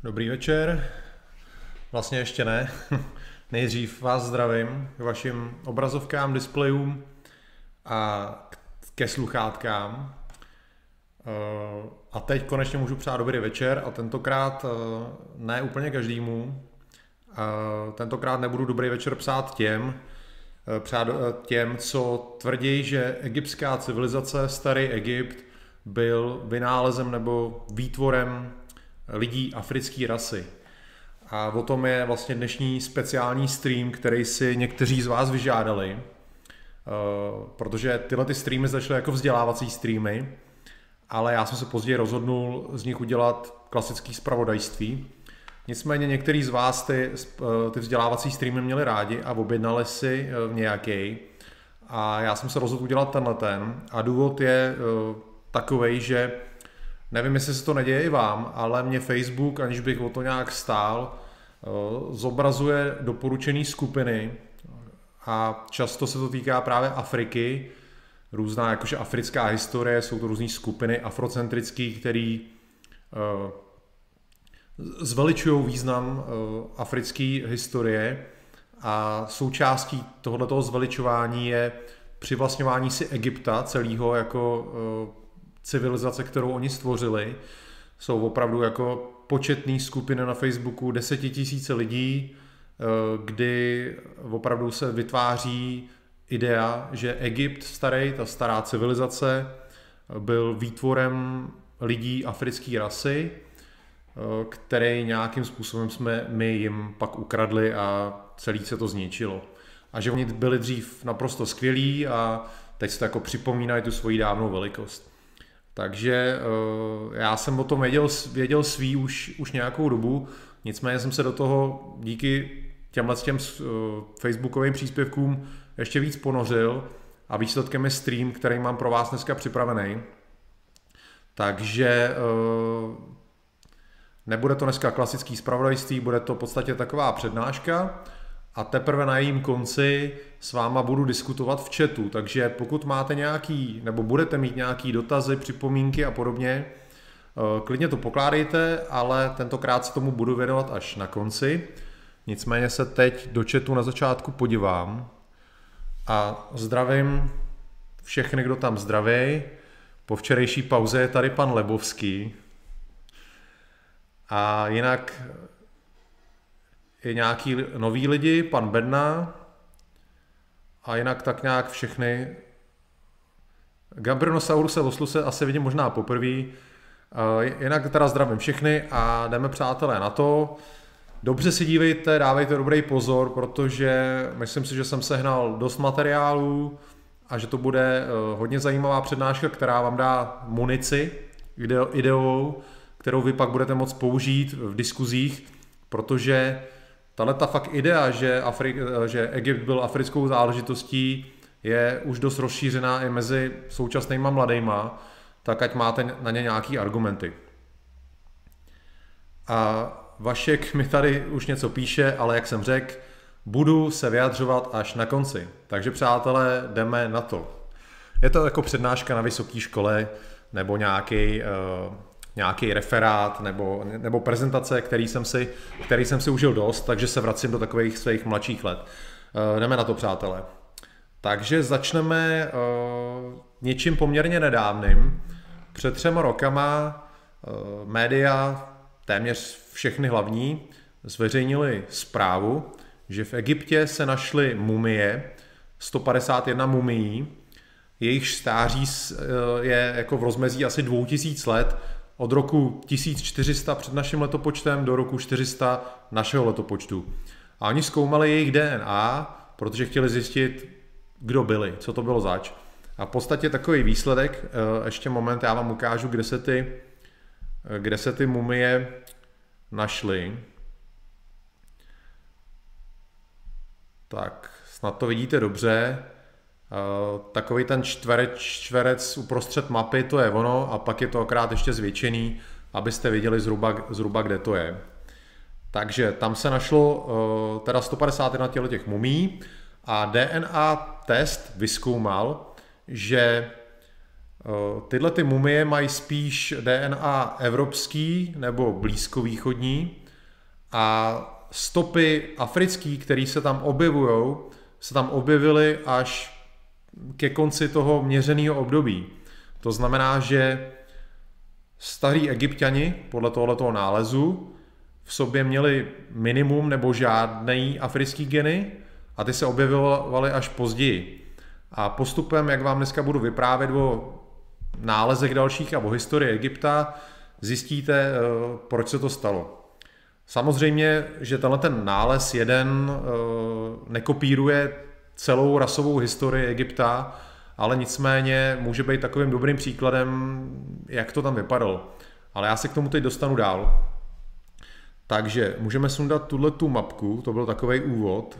Dobrý večer. Vlastně ještě ne. Nejdřív vás zdravím k vašim obrazovkám, displejům a ke sluchátkám. A teď konečně můžu přát dobrý večer a tentokrát ne úplně každému. Tentokrát nebudu dobrý večer přát těm, co tvrdí, že egyptská civilizace, starý Egypt, byl vynálezem nebo výtvorem lidí africké rasy. A o tom je vlastně dnešní speciální stream, který si někteří z vás vyžádali, protože tyhle ty streamy začaly jako vzdělávací streamy, ale já jsem se později rozhodnul z nich udělat klasický zpravodajství. Nicméně některý z vás ty vzdělávací streamy měli rádi a objednali si nějaký. A já jsem se rozhodl udělat ten. A důvod je takovej, že nevím, jestli se to neděje i vám, ale mě Facebook, aniž bych o to nějak stál, zobrazuje doporučené skupiny a často se to týká právě Afriky, různá jakože africká historie, jsou to různé skupiny afrocentrické, které zveličují význam africké historie a součástí tohoto zveličování je přivlastňování si Egypta celého jako civilizace, kterou oni stvořili. Jsou opravdu jako početné skupiny na Facebooku, 10 000 lidí, kdy opravdu se vytváří idea, že Egypt starý, ta stará civilizace, byl výtvorem lidí africké rasy, který nějakým způsobem jsme my jim pak ukradli a celý se to zničilo. A že oni byli dřív naprosto skvělí a teď se to jako připomínají tu svoji dávnou velikost. Takže já jsem o tom věděl svý už nějakou dobu, nicméně jsem se do toho díky těm facebookovým příspěvkům ještě víc ponořil a výsledkem je stream, který mám pro vás dneska připravený. Takže nebude to dneska klasický zpravodajství, bude to v podstatě taková přednáška a teprve na jejím konci s váma budu diskutovat v chatu, takže pokud máte nějaký, nebo budete mít nějaký dotazy, připomínky a podobně, klidně to pokládejte, ale tentokrát se tomu budu věnovat až na konci. Nicméně se teď do chatu na začátku podívám a zdravím všechny, kdo tam zdraví. Po včerejší pauze je tady pan Lebovský a jinak je nějaký nový lidi, pan Bedna a jinak tak nějak všechny. Gabrinosauruse Vosluse asi vidím možná poprvé. Jinak teda zdravím všechny a jdeme, přátelé, na to. Dobře si dívejte, dávejte dobrý pozor, protože myslím si, že jsem sehnal dost materiálů a že to bude hodně zajímavá přednáška, která vám dá munici ideovou, kterou vy pak budete moct použít v diskuzích, protože tato fakt idea, že Egypt byl africkou záležitostí, je už dost rozšířená i mezi současnýma mladejma, tak ať máte na ně nějaký argumenty. A Vašek mi tady už něco píše, ale jak jsem řekl, budu se vyjadřovat až na konci. Takže přátelé, jdeme na to. Je to jako přednáška na vysoké škole, nebo nějaký referát, nebo prezentace, který jsem si užil dost, takže se vracím do takových svých mladších let. Jdeme na to, přátelé. Takže začneme něčím poměrně nedávným. Před 3 rokama média, téměř všechny hlavní, zveřejnili zprávu, že v Egyptě se našly mumie, 151 mumií, jejich stáří je jako v rozmezí asi 2000 let, od roku 1400 před naším letopočtem do roku 400 našeho letopočtu. A oni zkoumali jejich DNA, protože chtěli zjistit, kdo byli, co to bylo zač. A v podstatě takový výsledek, ještě moment, já vám ukážu, kde se ty mumie našly. Tak, snad to vidíte dobře. Takový ten čtverec uprostřed mapy, to je ono, a pak je to akorát ještě zvětšený, abyste viděli zhruba kde to je. Takže tam se našlo teda 151 těch mumí a DNA test vyzkoumal, že Tyhle ty mumie mají spíš DNA evropský nebo blízkovýchodní a stopy africký, které se tam objevují, se tam objevily až ke konci toho měřeného období. To znamená, že staří Egypťani podle tohoto nálezu v sobě měli minimum nebo žádný africký geny a ty se objevovaly až později. A postupem, jak vám dneska budu vyprávět o nálezech dalších a o historii Egypta, zjistíte, proč se to stalo. Samozřejmě, že tenhle ten nález jeden nekopíruje celou rasovou historii Egypta, ale nicméně může být takovým dobrým příkladem, jak to tam vypadalo. Ale já se k tomu teď dostanu dál. Takže můžeme sundat tu mapku, to byl takový úvod.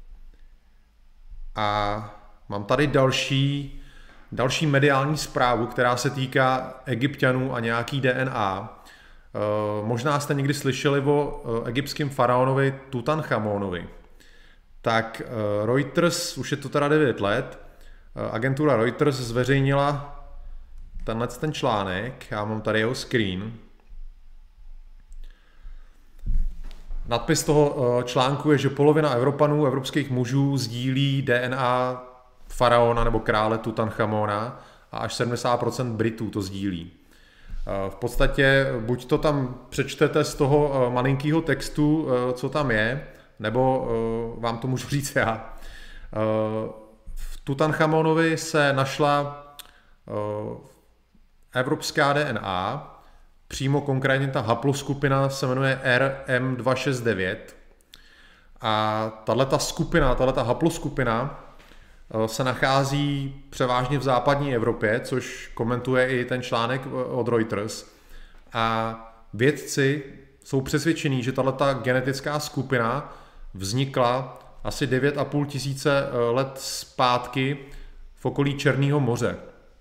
A mám tady další mediální zprávu, která se týká Egypťanů a nějaký DNA. Možná jste někdy slyšeli o egyptském faraonovi Tutanchamonovi. Tak Reuters, už je to teda 9 let, agentura Reuters zveřejnila ten článek, já mám tady jeho screen. Nadpis toho článku je, že polovina Evropanů, evropských mužů, sdílí DNA faraona nebo krále Tutanchamona a až 70% Britů to sdílí. V podstatě buď to tam přečtete z toho malinkého textu, co tam je, nebo vám to můžu říct já. V Tutanchamonovi se našla evropská DNA, přímo konkrétně ta haploskupina se jmenuje RM269 a tato haploskupina se nachází převážně v západní Evropě, což komentuje i ten článek od Reuters. A vědci jsou přesvědčení, že tato genetická skupina vznikla asi 9,5 tisíce let zpátky v okolí Černého moře.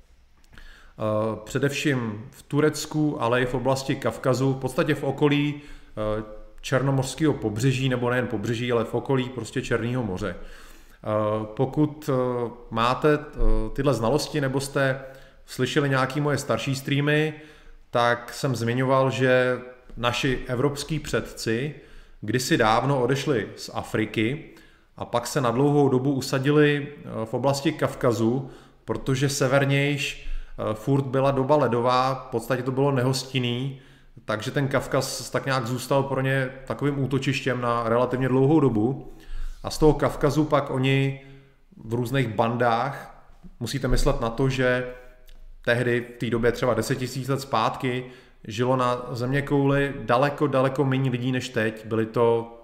Především v Turecku, ale i v oblasti Kavkazu, v podstatě v okolí černomořského pobřeží, nebo nejen pobřeží, ale v okolí prostě Černého moře. Pokud máte tyhle znalosti nebo jste slyšeli nějaké moje starší streamy, tak jsem zmiňoval, že naši evropský předci kdysi dávno odešli z Afriky a pak se na dlouhou dobu usadili v oblasti Kavkazu, protože severnějš furt byla doba ledová, v podstatě to bylo nehostinný, takže ten Kavkaz tak nějak zůstal pro ně takovým útočištěm na relativně dlouhou dobu. A z toho Kavkazu pak oni v různých bandách, musíte myslet na to, že tehdy v té době třeba 10 000 let zpátky žilo na zeměkouli daleko méně lidí než teď. Byly to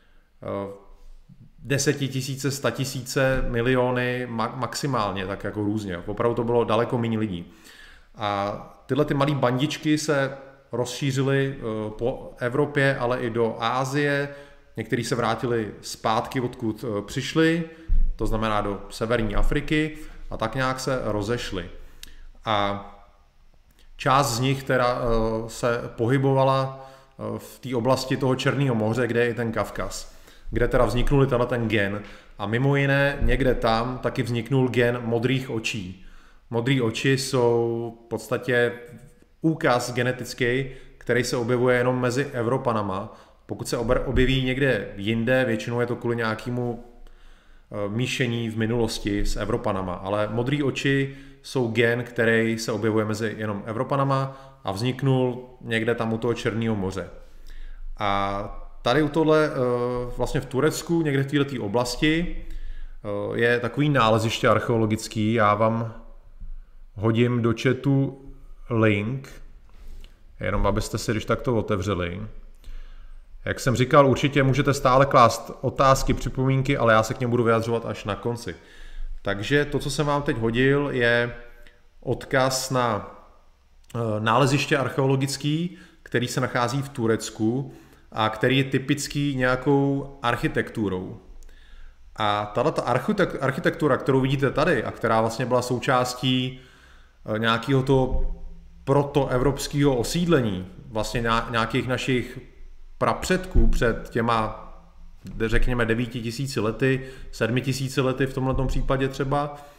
10 000, 100 000, miliony maximálně, tak jako různě. Opravdu to bylo daleko méně lidí. A tyhle ty malé bandičky se rozšířily po Evropě, ale i do Asie. Někteří se vrátili zpátky, odkud přišli, to znamená do severní Afriky, a tak nějak se rozešli. A část z nich, která se pohybovala v té oblasti toho Černého moře, kde je i ten Kavkaz, kde teda vzniknul ten gen. A mimo jiné někde tam taky vzniknul gen modrých očí. Modrý oči jsou v podstatě úkaz genetický, který se objevuje jenom mezi Evropanama. Pokud se objeví někde jinde, většinou je to kvůli nějakému míšení v minulosti s Evropanama, ale modrý oči jsou gen, který se objevuje mezi jenom Evropanama a vzniknul někde tam u toho Černého moře. A tady u tohle vlastně v Turecku, někde v této oblasti, je takový náleziště archeologický. Já vám hodím do chatu link, jenom abyste si když tak to otevřeli. Jak jsem říkal, určitě můžete stále klást otázky, připomínky, ale já se k němu budu vyjadřovat až na konci. Takže to, co jsem vám teď hodil, je odkaz na náleziště archeologický, který se nachází v Turecku a který je typický nějakou architekturou. A tato architektura, kterou vidíte tady a která vlastně byla součástí nějakého toho protoevropského osídlení, vlastně nějakých našich prapředků před těma, řekněme, 9 000 lety, 7 000 lety v tomto případě třeba,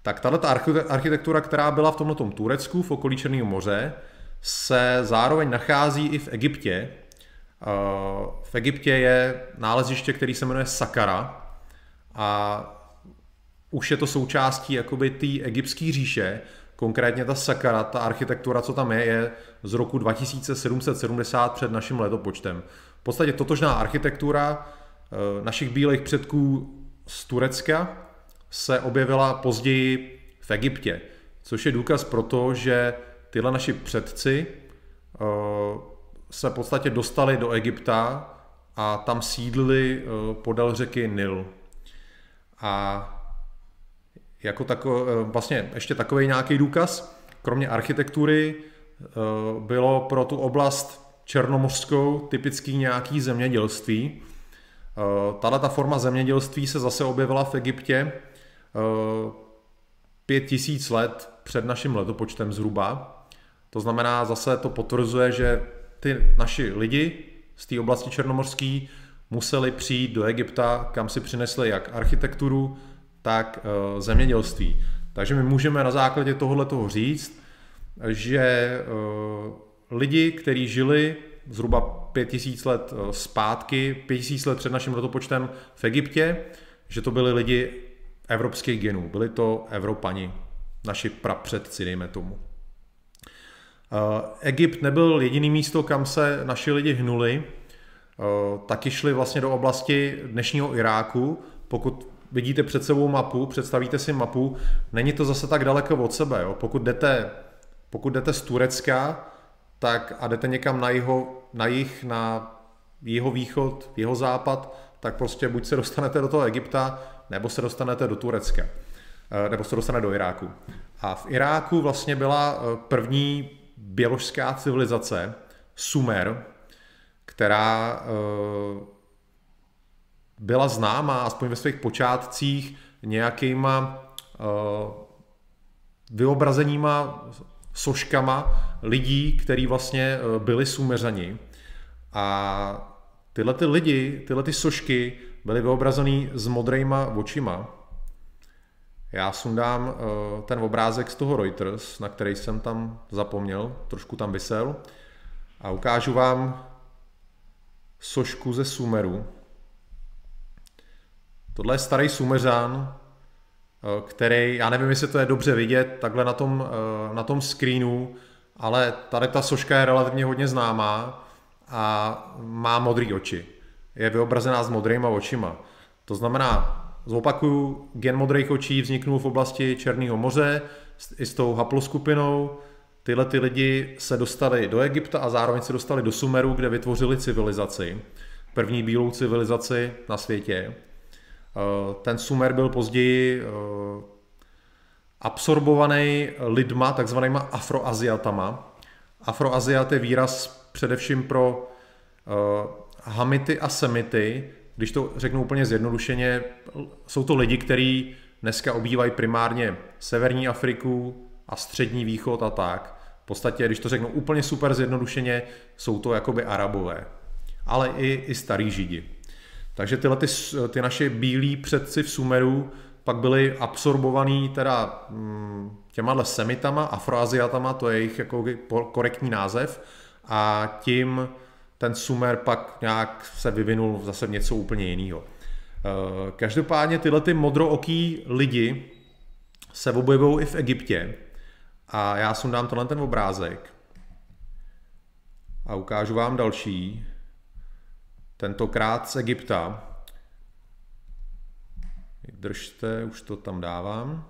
Tak tato architektura, která byla v tomhletom Turecku, v okolí Černého moře, se zároveň nachází i v Egyptě. V Egyptě je náleziště, který se jmenuje Saqqara a už je to součástí jakoby té egyptské říše. Konkrétně ta Saqqara, ta architektura, co tam je z roku 2770 před naším letopočtem. V podstatě totožná architektura našich bílých předků z Turecka se objevila později v Egyptě, což je důkaz pro to, že tyhle naši předci se v podstatě dostali do Egypta a tam sídlili podél řeky Nil. A jako vlastně ještě takový nějaký důkaz, kromě architektury bylo pro tu oblast černomořskou typický nějaký zemědělství. Tato forma zemědělství se zase objevila v Egyptě 5000 let před naším letopočtem zhruba. To znamená, zase to potvrzuje, že ty naši lidi z té oblasti černomořské museli přijít do Egypta, kam si přinesli jak architekturu, tak zemědělství. Takže my můžeme na základě tohoto říct, že lidi, kteří žili zhruba 5000 let zpátky, 5000 let před naším letopočtem v Egyptě, že to byli lidi evropských genů, byli to Evropani, naši prapředci, dejme tomu. Egypt nebyl jediný místo, kam se naši lidi hnuli, taky šli vlastně do oblasti dnešního Iráku. Pokud vidíte před sebou mapu, představíte si mapu, není to zase tak daleko od sebe. Jo? Pokud jdete z Turecka tak a jdete někam na jih, na jihovýchod, jihozápad, tak prostě buď se dostanete do toho Egypta, nebo se dostanete do Turecka, nebo se dostanete do Iráku. A v Iráku vlastně byla první běložská civilizace, Sumer, která byla známá, aspoň ve svých počátcích, nějakýma vyobrazeníma, soškama lidí, kteří vlastně byli Sumeřani. A tyhle ty sošky byly vyobrazený s modrýma očima. Já sundám ten obrázek z toho Reuters, na který jsem tam zapomněl, trošku tam visel, a ukážu vám sošku ze Sumeru. Tohle je starý Sumeřan, který, já nevím, jestli to je dobře vidět, takhle na tom screenu, ale tady ta soška je relativně hodně známá a má modré oči. Je vyobrazená s modrýma očima. To znamená, zopakuju, gen modrých očí vzniknul v oblasti Černého moře i s tou haploskupinou. Tyhle ty lidi se dostali do Egypta a zároveň se dostali do Sumeru, kde vytvořili civilizaci. První bílou civilizaci na světě. Ten Sumer byl později absorbovaný lidma, takzvanýma afroaziatama. Afroaziat je výraz především pro Hamity a Semity. Když to řeknu úplně zjednodušeně, jsou to lidi, kteří dneska obývají primárně severní Afriku a střední východ a tak. V podstatě, když to řeknu úplně super zjednodušeně, jsou to jakoby Arabové, ale i starý Židi. Takže ty naše bílí předci v Sumeru pak byli absorbovaný teda těma Semitama, Afroaziatama, to je jejich jako korektní název, a tím ten Sumer pak nějak se vyvinul zase v něco úplně jiného. Každopádně tyhle ty modrooký lidi se objevují i v Egyptě a já sundám ten obrázek a ukážu vám další, tentokrát z Egypta. Držte, už to tam dávám.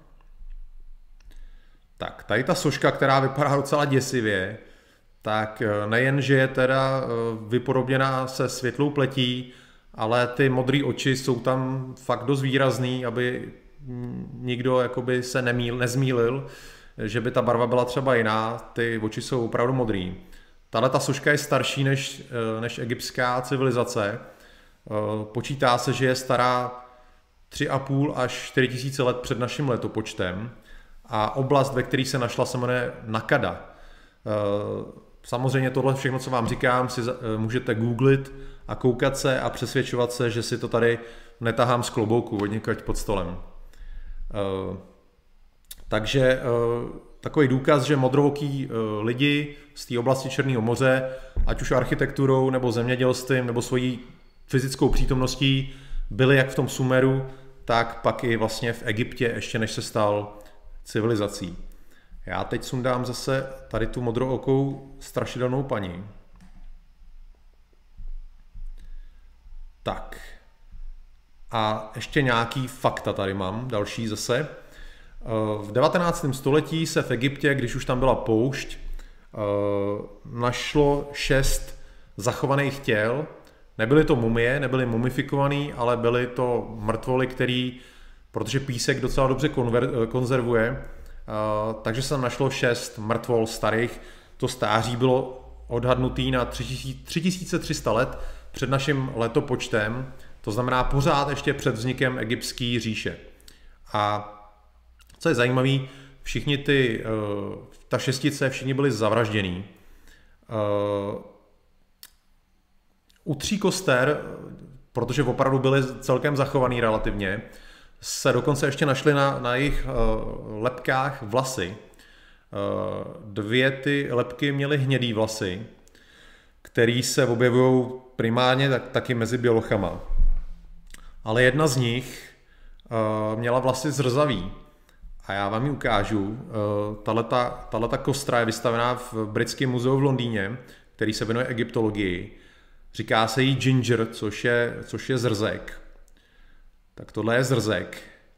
Tak, tady ta soška, která vypadá docela děsivě, tak nejen, že je teda vypodobněná se světlou pletí, ale ty modré oči jsou tam fakt dost výrazný, aby nikdo jakoby se nezmýlil, že by ta barva byla třeba jiná. Ty oči jsou opravdu modrý. Tahle ta soška je starší než egyptská civilizace. Počítá se, že je stará 3,5 až 4 tisíce let před naším letopočtem a oblast, ve které se našla, se jmenuje Nakada. Samozřejmě tohle všechno, co vám říkám, si můžete googlit a koukat se a přesvědčovat se, že si to tady netahám z klobouku od někud pod stolem. Takže takový důkaz, že modrovoký lidi z té oblasti Černého moře, ať už architekturou, nebo zemědělstvím, nebo svojí fyzickou přítomností, byli jak v tom Sumeru, tak pak i vlastně v Egyptě, ještě než se stal civilizací. Já teď sundám zase tady tu modrookou strašidelnou paní. Tak. A ještě nějaký fakta tady mám, další zase. V 19. století se v Egyptě, když už tam byla poušť, našlo 6 zachovaných těl. Nebyly to mumie, nebyly mumifikovaný, ale byly to mrtvoly, který, protože písek docela dobře konzervuje, takže se tam našlo 6 mrtvol starých. To stáří bylo odhadnutý na 3300 let před naším letopočtem, to znamená pořád ještě před vznikem egyptské říše. A co je zajímavé, všichni ta šestice, všichni byli zavraždění. U 3 koster, protože opravdu byly celkem zachovaný relativně, se dokonce ještě našly na jejich lebkách vlasy. 2 ty lebky měly hnědý vlasy, který se objevují primárně taky mezi bělochama. Ale jedna z nich měla vlasy zrzavý. A já vám ji ukážu. Tahleta kostra je vystavená v Britském muzeu v Londýně, který se věnuje egyptologii. Říká se jí ginger, což je zrzek. Tak tohle je zrzek.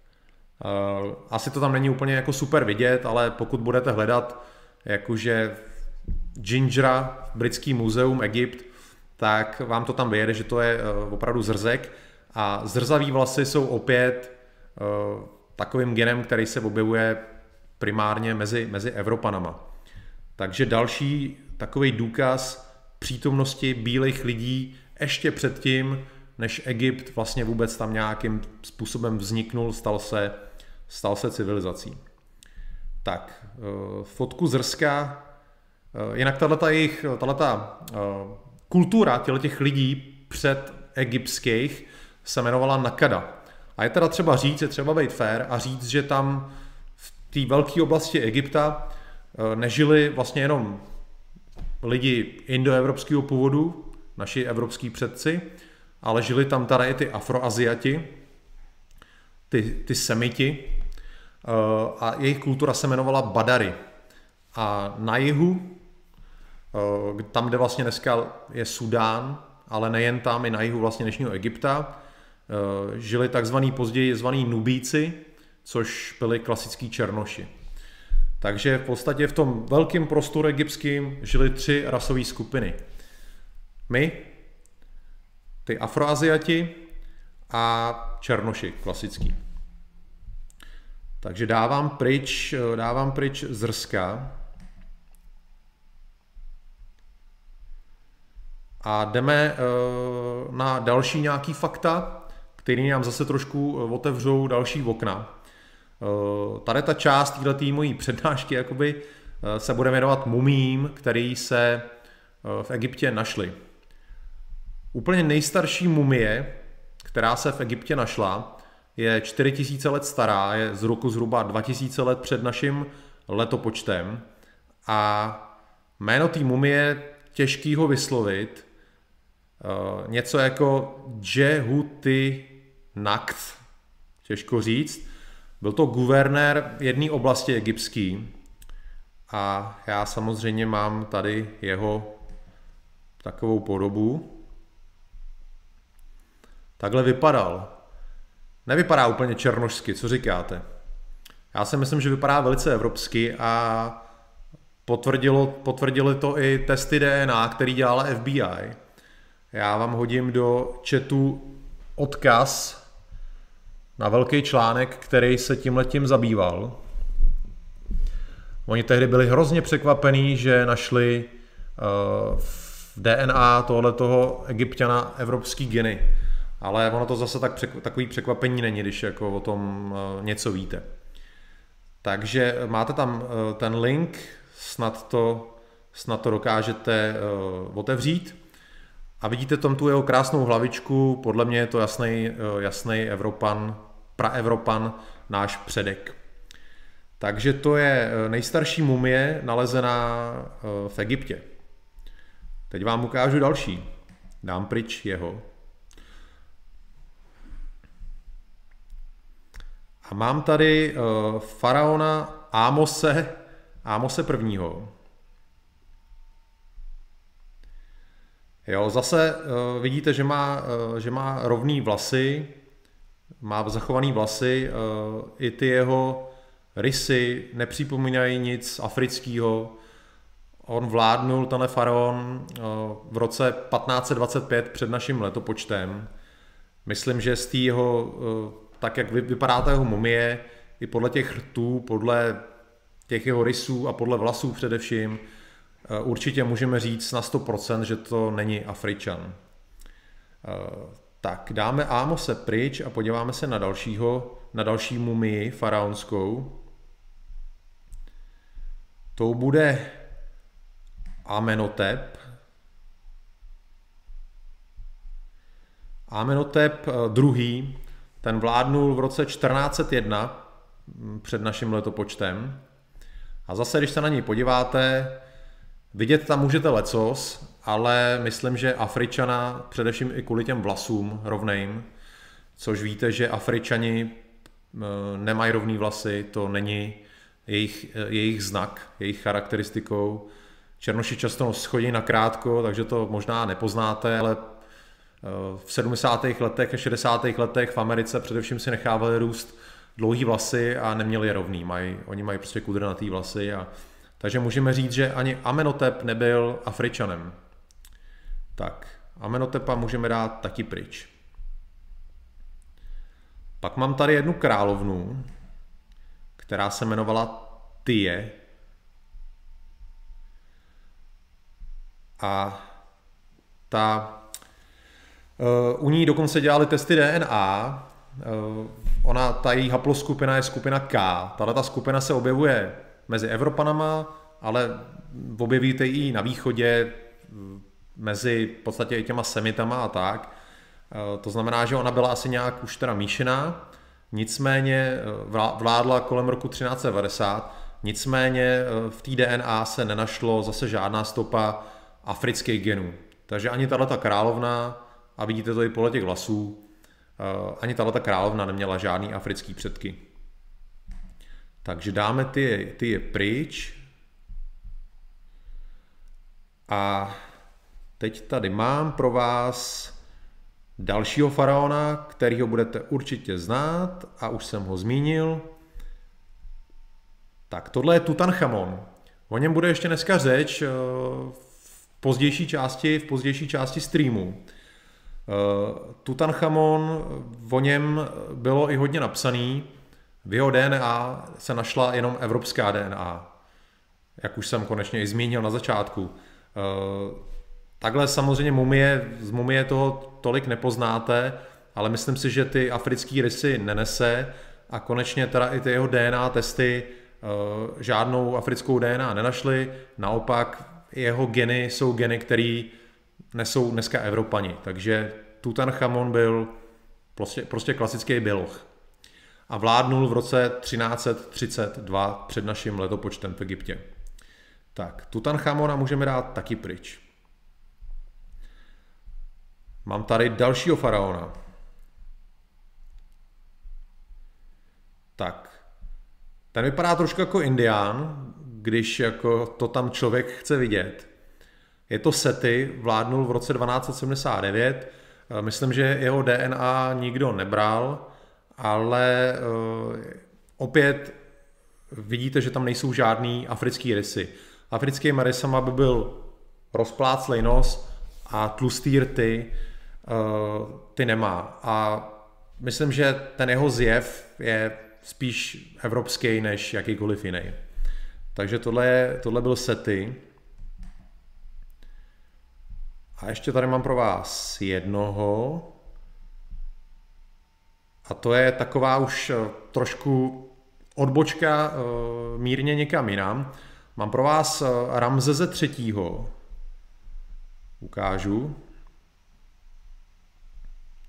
Asi to tam není úplně jako super vidět, ale pokud budete hledat jakože gingera, Britský muzeum, Egypt, tak vám to tam vyjede, že to je opravdu zrzek. A zrzavý vlasy jsou opět takovým genem, který se objevuje primárně mezi Evropanama. Takže další takový důkaz přítomnosti bílých lidí ještě předtím, než Egypt vlastně vůbec tam nějakým způsobem vzniknul, stal se civilizací. Tak, fotku zrska. Jinak tahleta kultura těch lidí před egyptských se jmenovala Nakada. A je teda třeba říct, je třeba být fair a říct, že tam v té velké oblasti Egypta nežili vlastně jenom lidi indoevropského původu, naši evropský předci, ale žili tam tady i ty Afroaziati, ty Semiti, a jejich kultura se jmenovala Badari. A na jihu, tam, kde vlastně dneska je Sudán, ale nejen tam, i na jihu vlastně dnešního Egypta, žili takzvaný později zvaný Nubíci, což byli klasický černoši. Takže v podstatě v tom velkém prostoru egyptským žili 3 rasové skupiny. My, ty Afroaziati a černoši klasický. Takže dávám pryč zrska a jdeme na další nějaký fakta, který nám zase trošku otevřou další okna. Tady ta část této mojí přednášky jakoby se bude jmenovat mumiím, který se v Egyptě našly. Úplně nejstarší mumie, která se v Egyptě našla, je 4000 let stará, je z roku zhruba 2000 let před naším letopočtem a jméno té mumie těžký ho vyslovit, něco jako Džehuti Nakt, těžko říct. Byl to guvernér jedné oblasti egyptský a já samozřejmě mám tady jeho takovou podobu. Takhle vypadal. Nevypadá úplně černošsky, co říkáte? Já si myslím, že vypadá velice evropsky a potvrdili to i testy DNA, který dělala FBI. Já vám hodím do chatu odkaz na velký článek, který se tímhletím zabýval. Oni tehdy byli hrozně překvapení, že našli v DNA tohoto Egypťana evropský geny. Ale ono to zase takový překvapení není, když jako o tom něco víte. Takže máte tam ten link, snad to dokážete otevřít. A vidíte tam tu jeho krásnou hlavičku, podle mě je to jasný Evropan, praevropan, náš předek. Takže to je nejstarší mumie nalezená v Egyptě. Teď vám ukážu další. Dám pryč jeho. A mám tady faraona Ámose I. Jo, zase vidíte, že má rovný vlasy, má zachovaný vlasy, i ty jeho rysy nepřipomínají nic afrického. On vládnul, tenhle faraon, v roce 1525 před naším letopočtem. Myslím, že z té jeho, tak jak vypadá ta jeho mumie, i podle těch rtů, podle těch jeho rysů a podle vlasů především, určitě můžeme říct na 100%, že to není Afričan. Tak, dáme Ámose pryč a podíváme se na další mumii faraonskou. Tou bude Amenhotep. Amenhotep II. Ten vládnul v roce 1401 před naším letopočtem. A zase, když se na něj podíváte, vidět tam můžete lecos, ale myslím, že Afričana, především i kvůli těm vlasům rovným, což víte, že Afričani nemají rovný vlasy, to není jejich znak, jejich charakteristikou. Černoši často schodí na krátko, takže to možná nepoznáte, ale v 70. letech a 60. letech v Americe především si nechávali růst dlouhý vlasy a neměli je rovný. Oni mají prostě kudrnatý vlasy. Takže můžeme říct, že ani Amenhotep nebyl Afričanem. Tak, Amenhotepa můžeme dát taky pryč. Pak mám tady jednu královnu, která se jmenovala Tije. A u ní dokonce dělali testy DNA. Ta její haploskupina je skupina K. Tato skupina se objevuje mezi Evropanama, ale objevíte ji na východě mezi v podstatě i těma Semitama a tak. To znamená, že ona byla asi nějak už teda míšená, nicméně vládla kolem roku 1390, nicméně v té DNA se nenašlo zase žádná stopa afrických genů. Takže ani tato královna, a vidíte to i podle těch vlasů, ani tato královna neměla žádný africký předky. Takže dáme ty je pryč. A teď tady mám pro vás dalšího faraona, kterýho budete určitě znát a už jsem ho zmínil. Tak tohle je Tutanchamon. O něm bude ještě dneska řeč v pozdější části streamu. Tutanchamon, o něm bylo i hodně napsaný. V jeho DNA se našla jenom evropská DNA, jak už jsem konečně i zmínil na začátku. Takhle samozřejmě z mumie toho tolik nepoznáte, ale myslím si, že ty africké rysy nenese a konečně teda i ty jeho DNA testy žádnou africkou DNA nenašly. Naopak jeho geny jsou geny, které nesou dneska Evropani. Takže Tutanchamon byl prostě klasický běloch. A vládnul v roce 1332 před naším letopočtem v Egyptě. Tak, Tutanchamona můžeme dát taky pryč. Mám tady dalšího faraona. Tak, ten vypadá trošku jako Indián, když jako to tam člověk chce vidět. Je to Seti, vládnul v roce 1279. Myslím, že jeho DNA nikdo nebral, ale opět vidíte, že tam nejsou žádný africký rysy. Africkými rysama by byl rozpláclej nos a tlustý rty, ty nemá. A myslím, že ten jeho zjev je spíš evropský než jakýkoliv jiný. Takže tohle byl Seti. A ještě tady mám pro vás jednoho. A to je taková už trošku odbočka mírně někam jinam. Mám pro vás Ramzese III. Ukážu.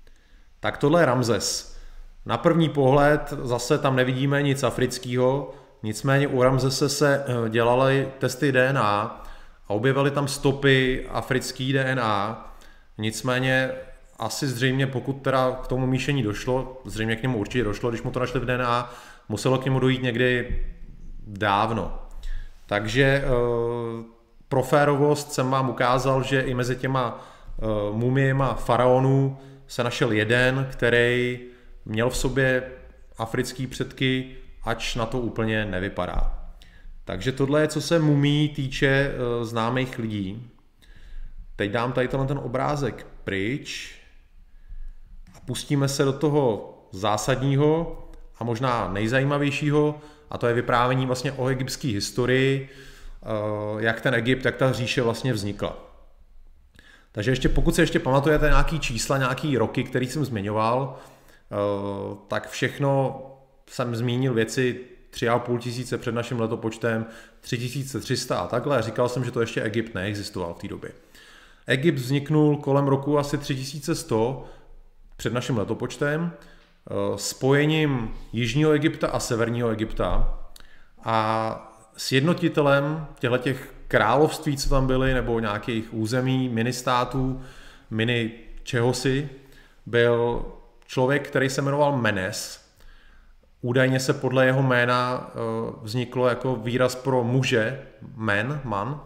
Tak tohle je Ramzes. Na první pohled zase tam nevidíme nic afrického. nicméně u Ramzese se dělaly testy DNA a objevily tam stopy africký DNA, nicméně asi zřejmě, pokud teda k tomu míšení došlo, zřejmě k němu určitě došlo, když mu to našli v DNA, muselo k němu dojít někdy dávno. Takže pro férovost jsem vám ukázal, že i mezi těma mumiema faraonů se našel jeden, který měl v sobě africký předky, ač na to úplně nevypadá. Takže tohle je, co se mumií týče známých lidí. Teď dám tady ten obrázek pryč a pustíme se do toho zásadního a možná nejzajímavějšího, a to je vyprávění vlastně o egyptské historii, jak ten Egypt, jak ta říše vlastně vznikla. Takže pokud si ještě pamatujete nějaký čísla, nějaký roky, který jsem zmiňoval, tak všechno jsem zmínil věci 3,5 tisíce před naším letopočtem, 3300 a takhle. Říkal jsem, že to ještě Egypt neexistoval v té době. Egypt vzniknul kolem roku asi 3100 před naším letopočtem, spojením Jižního Egypta a Severního Egypta a sjednotitelem těchto království, co tam byly, nebo nějakých území, mini států, mini čehosi, byl člověk, který se jmenoval Menes. Údajně se podle jeho jména vzniklo jako výraz pro muže, man,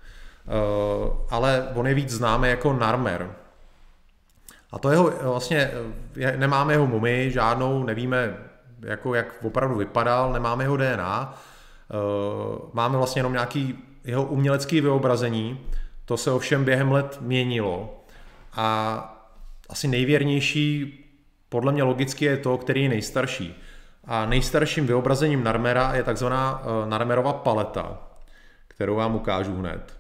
ale on je víc známý jako Narmer. A to jeho vlastně, nemáme jeho mumii žádnou, nevíme, jako jak opravdu vypadal, nemáme jeho DNA, máme vlastně jenom nějaký jeho umělecké vyobrazení, to se ovšem během let měnilo a asi nejvěrnější podle mě logicky je to, který je nejstarší. A nejstarším vyobrazením Narmera je takzvaná Narmerova paleta, kterou vám ukážu hned.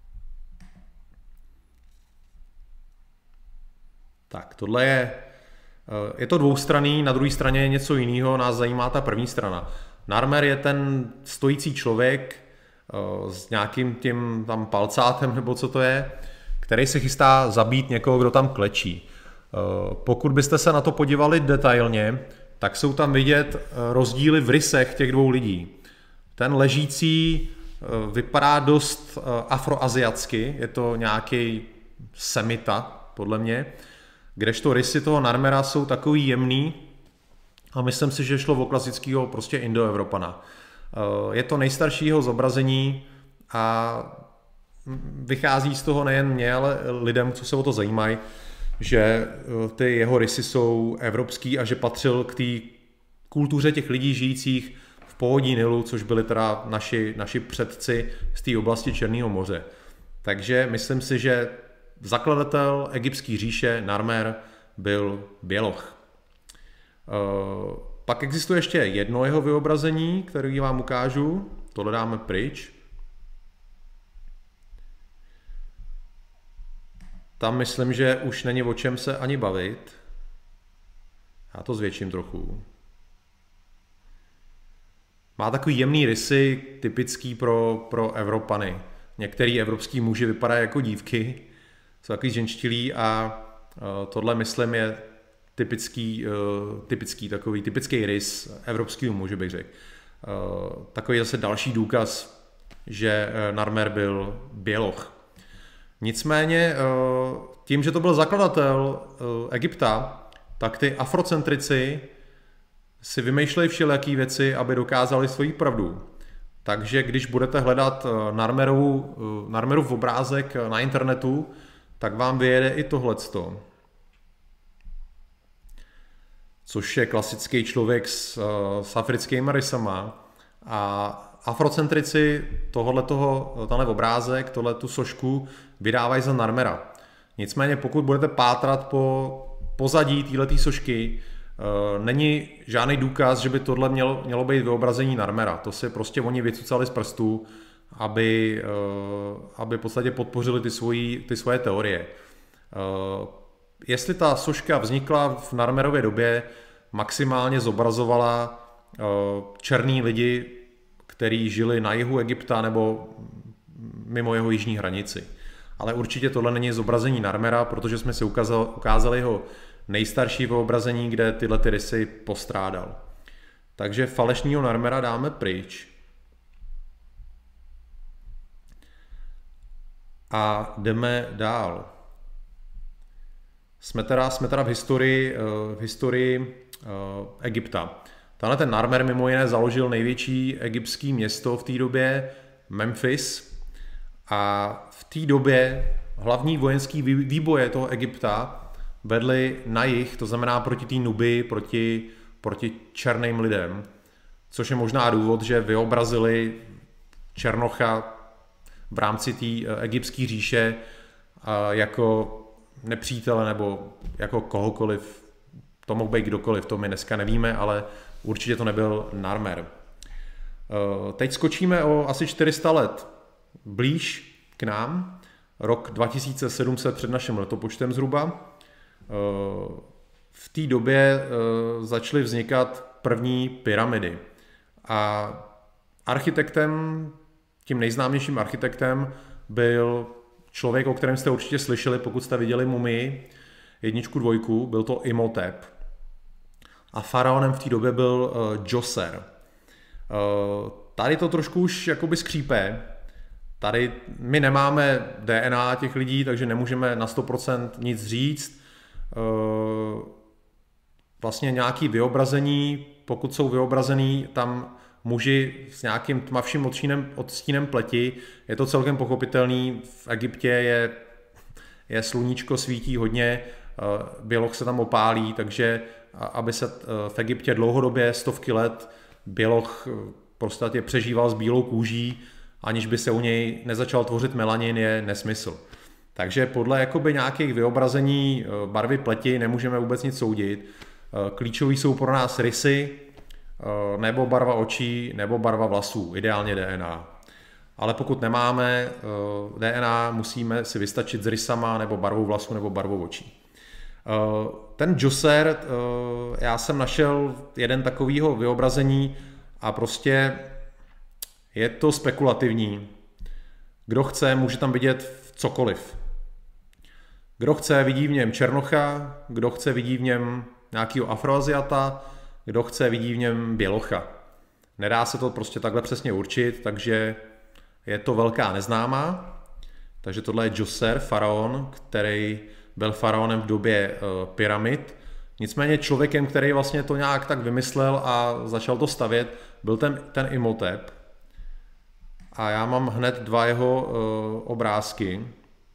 Tak, tohle je to dvoustranný, na druhé straně je něco jiného, nás zajímá ta první strana. Narmer je ten stojící člověk s nějakým tím tam palcátem, nebo co to je, který se chystá zabít někoho, kdo tam klečí. Pokud byste se na to podívali detailně, tak jsou tam vidět rozdíly v rysech těch dvou lidí. Ten ležící vypadá dost afroaziatsky, je to nějaký semita, podle mě, kdežto rysy toho Narmera jsou takový jemný a myslím si, že šlo o klasického prostě indoevropana. Je to nejstarší jeho zobrazení a vychází z toho nejen mě, ale lidem, co se o to zajímají, že ty jeho rysy jsou evropský a že patřil k té kultuře těch lidí žijících v povodí Nilu, což byli teda naši předci z té oblasti Černého moře. Takže myslím si, že zakladatel egyptské říše Narmer byl běloch. Pak existuje ještě jedno jeho vyobrazení, které vám ukážu. Tohle dáme pryč. Tam myslím, že už není o čem se ani bavit. Já to zvětším trochu. Má takový jemný rysy, typický pro Evropany. Některý evropský muži vypadají jako dívky, jsou takový ženštilí a tohle, myslím, je typický rys evropského muže, bych řekl. Takový zase další důkaz, že Narmer byl běloch. Nicméně tím, že to byl zakladatel Egypta, tak ty afrocentrici si vymýšlejí všelijaký věci, aby dokázali svoji pravdu. Takže když budete hledat Narmerův obrázek na internetu, tak vám vyjede i tohleto. Což je klasický člověk s africkými rysama. A afrocentrici tenhle obrázek, tu sošku vydávají za Narmera. Nicméně pokud budete pátrat po pozadí této sošky, není žádný důkaz, že by tohle mělo být vyobrazení Narmera. To si prostě oni vycucali z prstů, aby v podstatě podpořili ty svoje teorie. Jestli ta soška vznikla v Narmerově době, maximálně zobrazovala černý lidi, kteří žili na jihu Egypta nebo mimo jeho jižní hranici. Ale určitě tohle není zobrazení Narmera, protože jsme si ukázali jeho nejstarší vyobrazení, kde tyhle rysy postrádal. Takže falešného Narmera dáme pryč. A jdeme dál. Jsme teda v historii Egypta. Tenhle ten Narmer mimo jiné založil největší egyptské město v té době, Memphis. A v té době hlavní vojenský výboje toho Egypta vedli na jih, to znamená proti té Nubii, proti černým lidem. Což je možná důvod, že vyobrazili Černocha v rámci té egyptské říše jako nepřítele nebo jako kohokoliv. To mohl být kdokoliv, to my dneska nevíme, ale určitě to nebyl Narmer. Teď skočíme o asi 400 let blíž k nám, rok 2700 před naším letopočtem zhruba. V té době začaly vznikat první pyramidy. A architektem, tím nejznámějším architektem byl člověk, o kterém jste určitě slyšeli, pokud jste viděli Mumii 1, 2, byl to Imhotep. A faraonem v té době byl Djoser. Tady to trošku už jakoby skřípe. Tady my nemáme DNA těch lidí, takže nemůžeme na 100% nic říct. Vlastně nějaké vyobrazení, pokud jsou vyobrazený tam muži s nějakým tmavším odstínem pleti, je to celkem pochopitelný. V Egyptě je sluníčko, svítí hodně, běloch se tam opálí, takže aby se v Egyptě dlouhodobě stovky let běloch prostě přežíval s bílou kůží, aniž by se u něj nezačal tvořit melanin, je nesmysl. Takže podle jakoby nějakých vyobrazení barvy pleti nemůžeme vůbec nic soudit. Klíčový jsou pro nás rysy, nebo barva očí, nebo barva vlasů, ideálně DNA. Ale pokud nemáme DNA, musíme si vystačit s rysama, nebo barvou vlasů, nebo barvou očí. Ten Djoser, já jsem našel jeden takovýho vyobrazení a prostě je to spekulativní. Kdo chce, může tam vidět cokoliv. Kdo chce, vidí v něm Černocha, kdo chce, vidí v něm nějakého Afroaziata, kdo chce, vidí v něm Bělocha. Nedá se to prostě takhle přesně určit, takže je to velká neznámá. Takže tohle je Djoser, faraon, který byl faraonem v době pyramid. Nicméně člověkem, který vlastně to nějak tak vymyslel a začal to stavět, byl ten Imhotep. A já mám hned dva jeho obrázky.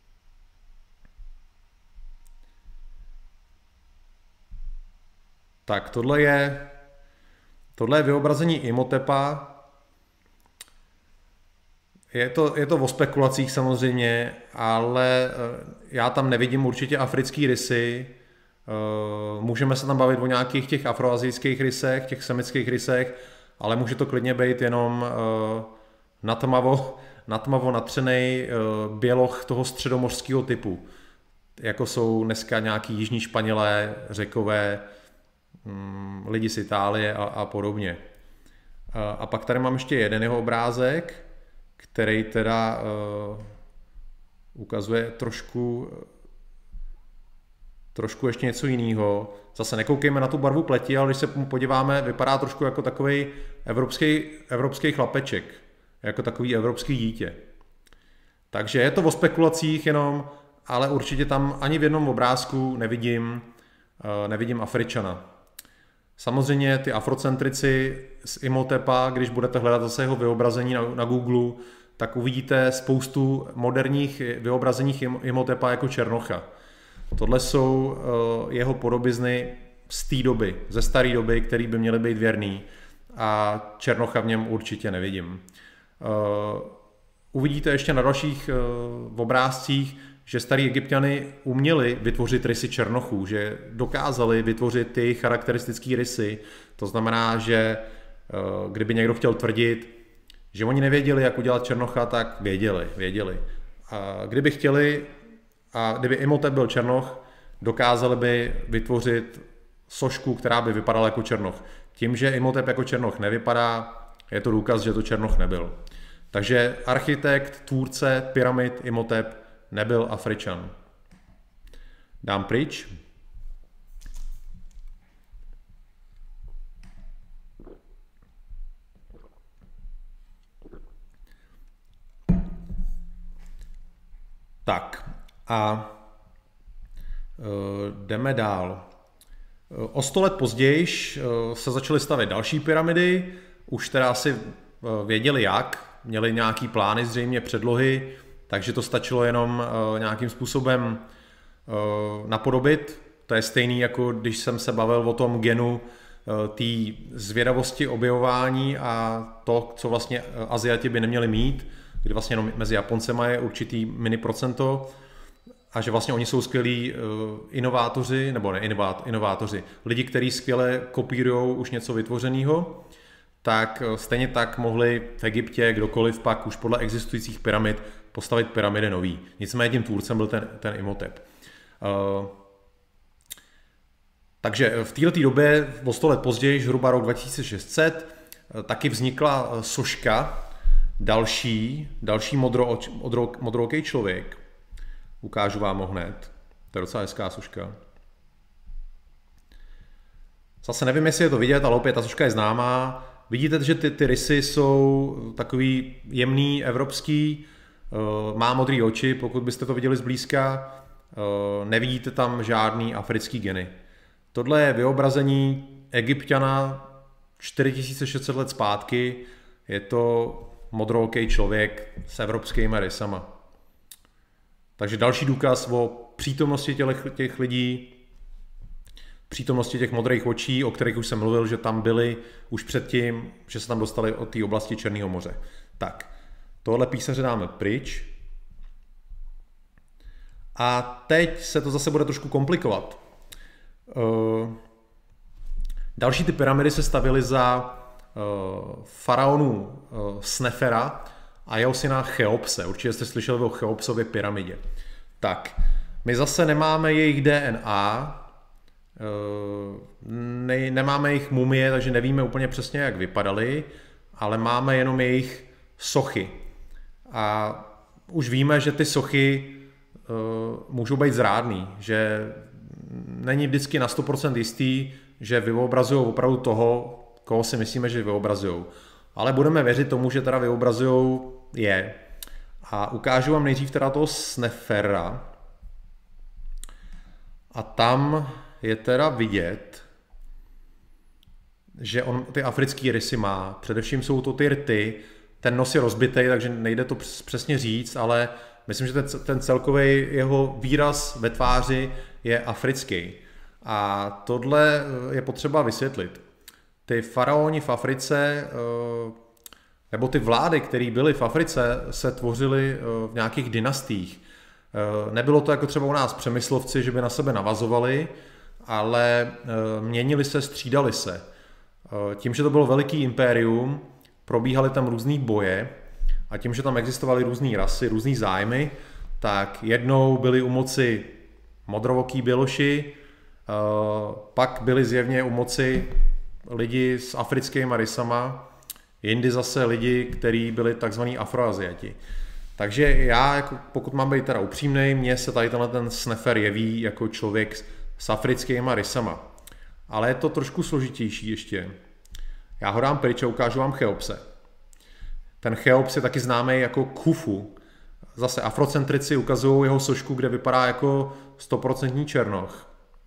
Tak tohle je vyobrazení Imhotepa. Je to o spekulacích samozřejmě, ale já tam nevidím určitě africký rysy. Můžeme se tam bavit o nějakých těch afroazijských rysech, těch semických rysech, ale může to klidně být jenom natmavo natřenej běloch toho středomořského typu. Jako jsou dneska nějaký jižní Španělé, Řekové, lidi z Itálie a podobně. A pak tady mám ještě jeden jeho obrázek, který teda ukazuje trošku ještě něco jiného. Zase nekoukejme na tu barvu pleti, ale když se mu podíváme, vypadá trošku jako takový evropský chlapeček, jako takový evropský dítě. Takže je to o spekulacích jenom, ale určitě tam ani v jednom obrázku nevidím Afričana. Samozřejmě ty afrocentrici z Imhotepa, když budete hledat zase jeho vyobrazení na Google, tak uvidíte spoustu moderních vyobrazení Imhotepa jako Černocha. Tohle jsou jeho podobizny z té doby, ze staré doby, které by měly být věrný, a Černocha v něm určitě nevidím. Uvidíte ještě na dalších obrázcích, že starí Egypťany uměli vytvořit rysy Černochů, že dokázali vytvořit ty charakteristické rysy. To znamená, že kdyby někdo chtěl tvrdit, že oni nevěděli, jak udělat Černocha, tak věděli. A kdyby chtěli, a kdyby Imhotep byl Černoch, dokázali by vytvořit sošku, která by vypadala jako Černoch. Tím, že Imhotep jako Černoch nevypadá, je to důkaz, že to Černoch nebyl. Takže architekt, tvůrce pyramid Imhotep nebyl Afričan. Dám pryč. Tak a jdeme dál. O 100 let později se začaly stavět další pyramidy, už teda asi věděli jak, měli nějaký plány, zřejmě předlohy, takže to stačilo jenom nějakým způsobem napodobit. To je stejný, jako když jsem se bavil o tom genu té zvědavosti, objevování a to, co vlastně Aziati by neměli mít, kdy vlastně jenom mezi Japoncema je určitý mini procento a že vlastně oni jsou skvělí inovátoři, nebo ne inovátoři, lidi, kteří skvěle kopírují už něco vytvořeného, tak stejně tak mohli v Egyptě kdokoliv pak už podle existujících pyramid postavit pyramidy nový. Nicméně tím tvůrcem byl ten Imhotep. Takže v této době, o 100 let později, zhruba rok 2600, taky vznikla soška, další modrooký člověk. Ukážu vám ho hned. To je docela hezká soška. Zase nevím, jestli je to vidět, ale opět ta soška je známá. Vidíte, že ty rysy jsou takový jemný, evropský, má modré oči, pokud byste to viděli zblízka. Nevidíte tam žádný africký geny. Tohle je vyobrazení Egypťana 4600 let zpátky. Je to modrooký člověk s evropskými rysama. Takže další důkaz o přítomnosti těch lidí, přítomnosti těch modrých očí, o kterých už jsem mluvil, že tam byli už předtím, že se tam dostali od té oblasti Černého moře. Tak, tohle písaře dáme pryč. A teď se to zase bude trošku komplikovat. Další ty pyramidy se stavěly za faraonů Snefera a jeho syna Cheopse. Určitě jste slyšeli o Cheopsově pyramidě. Tak, my zase nemáme jejich DNA, nemáme jejich mumie, takže nevíme úplně přesně, jak vypadaly, ale máme jenom jejich sochy. A už víme, že ty sochy můžou být zrádný, že není vždycky na 100% jistý, že vyobrazují opravdu toho, koho si myslíme, že vyobrazují. Ale budeme věřit tomu, že teda vyobrazují je. A ukážu vám nejdřív teda toho Snefera. A tam je teda vidět, že on ty africký rysy má. Především jsou to ty rty. Ten nos je rozbitý, takže nejde to přesně říct, ale myslím, že ten celkový jeho výraz ve tváři je africký. A tohle je potřeba vysvětlit. Ty faraoni v Africe, nebo ty vlády, které byly v Africe, se tvořily v nějakých dynastiích. Nebylo to jako třeba u nás Přemyslovci, že by na sebe navazovali, ale měnili se, střídali se. Tím, že to bylo veliký impérium, probíhaly tam různý boje a tím, že tam existovaly různé rasy, různý zájmy, tak jednou byli u moci modrovoký běloši, pak byli zjevně u moci lidi s africkými rysama, jindy zase lidi, kteří byli takzvaní Afroaziati. Takže já, jako pokud mám být teda upřímnej, mně se tady ten Snefer jeví jako člověk s africkými rysama. Ale je to trošku složitější ještě. Já ho dám pryč a ukážu vám Cheopse. Ten Cheops je taky známý jako Khufu. Zase afrocentrici ukazují jeho sošku, kde vypadá jako 100% černoch.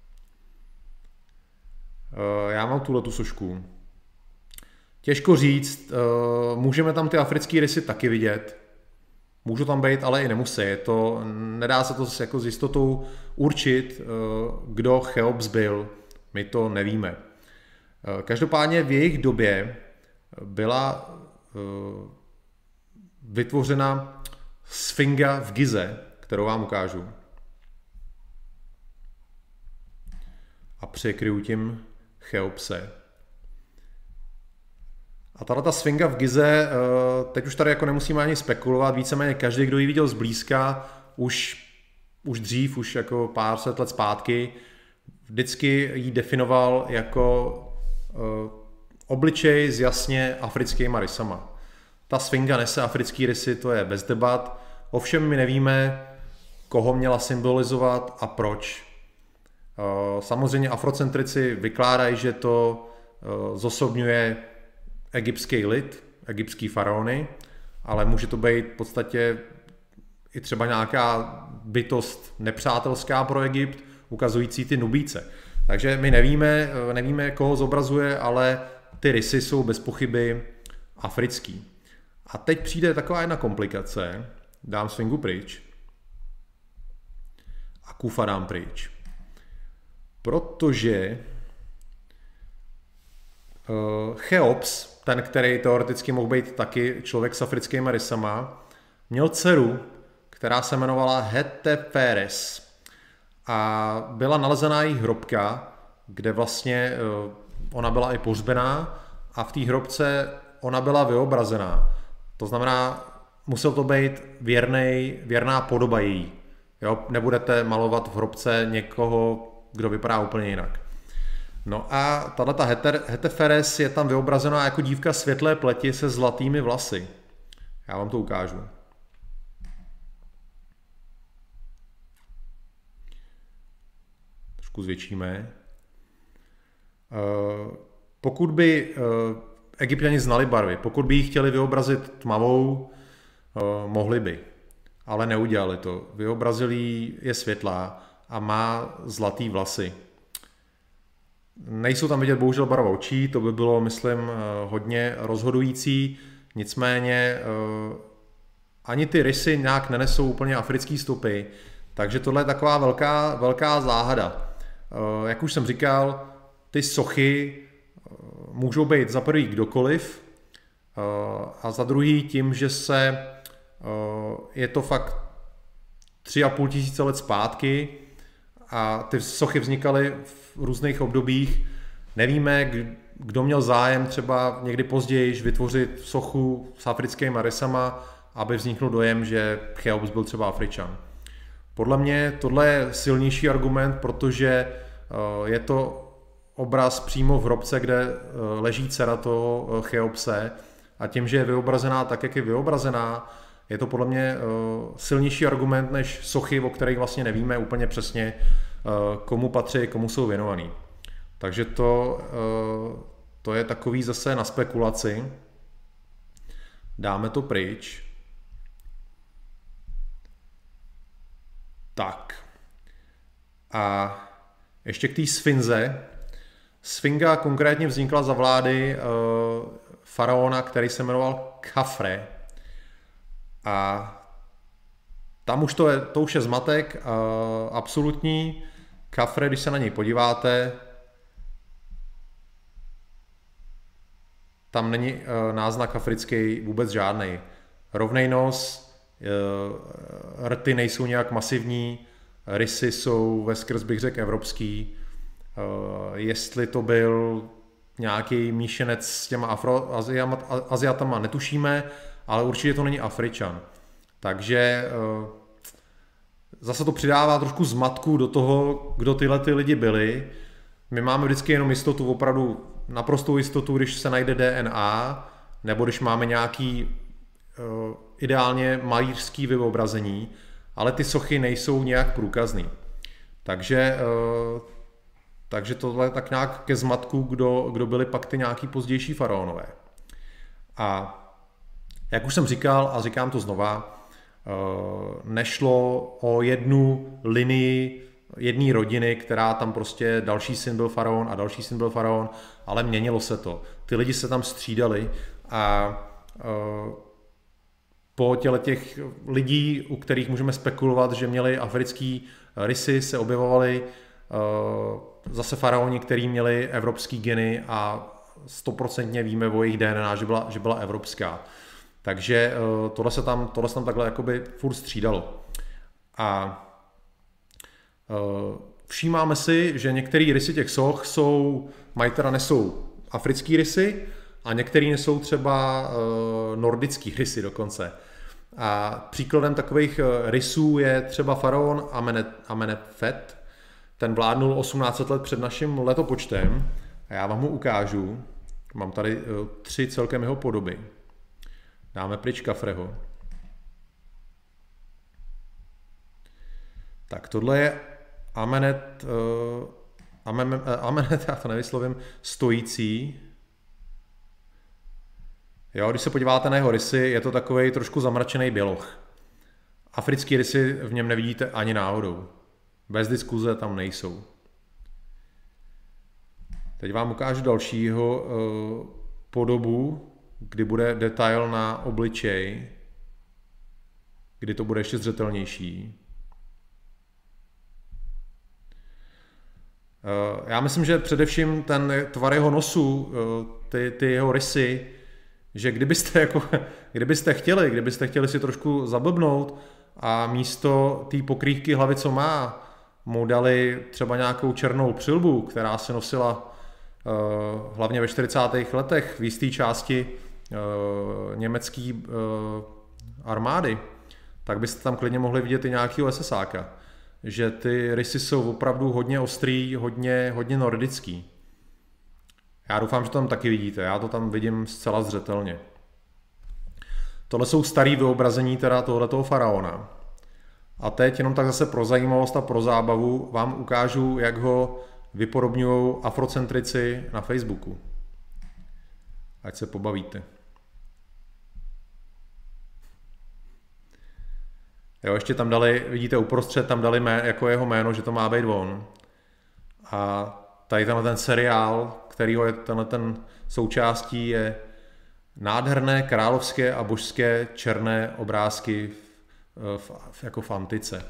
Já mám tuhletu sošku. Těžko říct, můžeme tam ty africké rysy taky vidět. Můžu tam být, ale i nemusí. Nedá se to jako s jistotou určit, kdo Cheops byl. My to nevíme. Každopádně v jejich době byla vytvořena sfinga v Gize, kterou vám ukážu. A překryju tím Cheopse. A tato sfinga v Gize, teď už tady jako nemusíme ani spekulovat, víceméně každý, kdo ji viděl zblízka, už dřív, už jako pár set let zpátky, vždycky ji definoval jako obličej s jasně africkými rysama. Ta sfinga nese africký rysy, to je bez debat, ovšem my nevíme, koho měla symbolizovat a proč. Samozřejmě afrocentrici vykládají, že to zosobňuje egyptský lid, egyptský faraony, ale může to být v podstatě i třeba nějaká bytost nepřátelská pro Egypt, ukazující ty Nubíce. Takže my nevíme, koho zobrazuje, ale ty rysy jsou bez pochyby africký. A teď přijde taková jedna komplikace. Dám sfingu pryč. A Kufa dám pryč. Protože Cheops, ten, který teoreticky mohl být taky člověk s africkými rysama, měl dceru, která se jmenovala Heteferes. A byla nalezená její hrobka, kde vlastně ona byla i pohřbená a v té hrobce ona byla vyobrazená. To znamená, musel to být věrná podoba její. Jo? Nebudete malovat v hrobce někoho, kdo vypadá úplně jinak. No a tato Heteferes je tam vyobrazená jako dívka světlé pleti se zlatými vlasy. Já vám to ukážu. Trošku zvětšíme. Pokud by Egypťani znali barvy, pokud by ji chtěli vyobrazit tmavou, mohli by, ale neudělali to. Vyobrazili je světlá a má zlatý vlasy. Nejsou tam vidět bohužel barva očí, to by bylo, myslím, hodně rozhodující, nicméně ani ty rysy nějak nenesou úplně africký stopy, takže tohle je taková velká záhada. Jak už jsem říkal, ty sochy můžou být za prvý kdokoliv a za druhý tím, že je to fakt 3,5 tisíce let zpátky a ty sochy vznikaly v různých obdobích. Nevíme, kdo měl zájem třeba někdy později vytvořit sochu s africkými rysama, aby vznikl dojem, že Cheops byl třeba Afričan. Podle mě tohle je silnější argument, protože je to obraz přímo v hrobce, kde leží dcera toho Cheopse a tím, že je vyobrazená tak, jak je vyobrazená, je to podle mě silnější argument než sochy, o kterých vlastně nevíme úplně přesně, komu patří, komu jsou věnovaný. Takže to je takový zase na spekulaci. Dáme to pryč. Tak. A ještě k té sfinze. Sfinga konkrétně vznikla za vlády faraona, který se jmenoval Khafre. A tam už to už je zmatek absolutní. Khafre, když se na něj podíváte, tam není náznak africký vůbec žádný. Rovnej nos, rty nejsou nějak masivní, rysy jsou veskrz bych řekl evropský. Jestli to byl nějaký míšenec s těma Aziatama, netušíme, ale určitě to není Afričan. Takže zase to přidává trošku zmatku do toho, kdo tyhle ty lidi byli. My máme vždycky jenom jistotu, opravdu naprostou jistotu, když se najde DNA, nebo když máme nějaký ideálně malířský vyobrazení, ale ty sochy nejsou nějak průkazný. Takže tohle je tak nějak ke zmatku, kdo byli pak ty nějaký pozdější faraonové. A jak už jsem říkal a říkám to znova, nešlo o jednu linii, jedné rodiny, která tam prostě další syn byl faraon a další syn byl faraon, ale měnilo se to. Ty lidi se tam střídali a po těch lidí, u kterých můžeme spekulovat, že měli africký rysy, se objevovali zase faraoni, kteří měli evropský geny a 100% víme o jejich DNA, že byla evropská. Takže tohle se tam takhle jakoby furt střídalo. A všímáme si, že některé rysy těch soch nesou africký rysy a některé nesou třeba nordický rysy dokonce. A příkladem takových rysů je třeba faraon Amenetfet. Ten vládnul 1800 let před naším letopočtem a já vám ho ukážu. Mám tady 3 celkem jeho podoby. Dáme pryč Khafreho. Tak tohle je Amenet, já to nevyslovím, stojící. Jo, když se podíváte na jeho rysy, je to takovej trošku zamračený běloch. Africký rysy v něm nevidíte ani náhodou. Bez diskuze tam nejsou. Teď vám ukážu dalšího podobu, kdy bude detail na obličej, kdy to bude ještě zřetelnější. Já myslím, že především ten tvar jeho nosu, ty jeho rysy, že kdybyste chtěli si trošku zablbnout a místo té pokrývky hlavy, co má, mu dali třeba nějakou černou přilbu, která se nosila hlavně ve 40. letech v jisté části německé armády, tak byste tam klidně mohli vidět i nějakého SSáka. Že ty rysy jsou opravdu hodně ostrý, hodně nordický. Já doufám, že to tam taky vidíte, já to tam vidím zcela zřetelně. Tohle jsou starý vyobrazení teda tohletoho faraona. A teď jenom tak zase pro zajímavost a pro zábavu vám ukážu, jak ho vypodobňují afrocentrici na Facebooku. Ať se pobavíte. Jo, ještě tam dali, vidíte uprostřed, tam dali jako jeho jméno, že to má být on. A tady tenhle ten seriál, kterýho je tenhle ten součástí, je nádherné královské a božské černé obrázky jako v antice.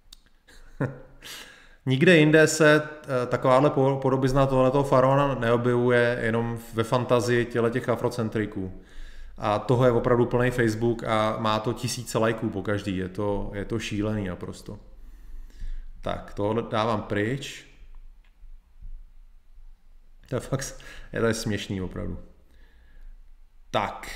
Nikde jinde se takováhle podobizna tohletoho faraona neobjevuje, jenom ve fantazii těch afrocentriků. A toho je opravdu plný Facebook a má to tisíce lajků po každý. Je to šílený naprosto. Tak, tohle dávám pryč. To je fakt, to je směšný opravdu. Tak.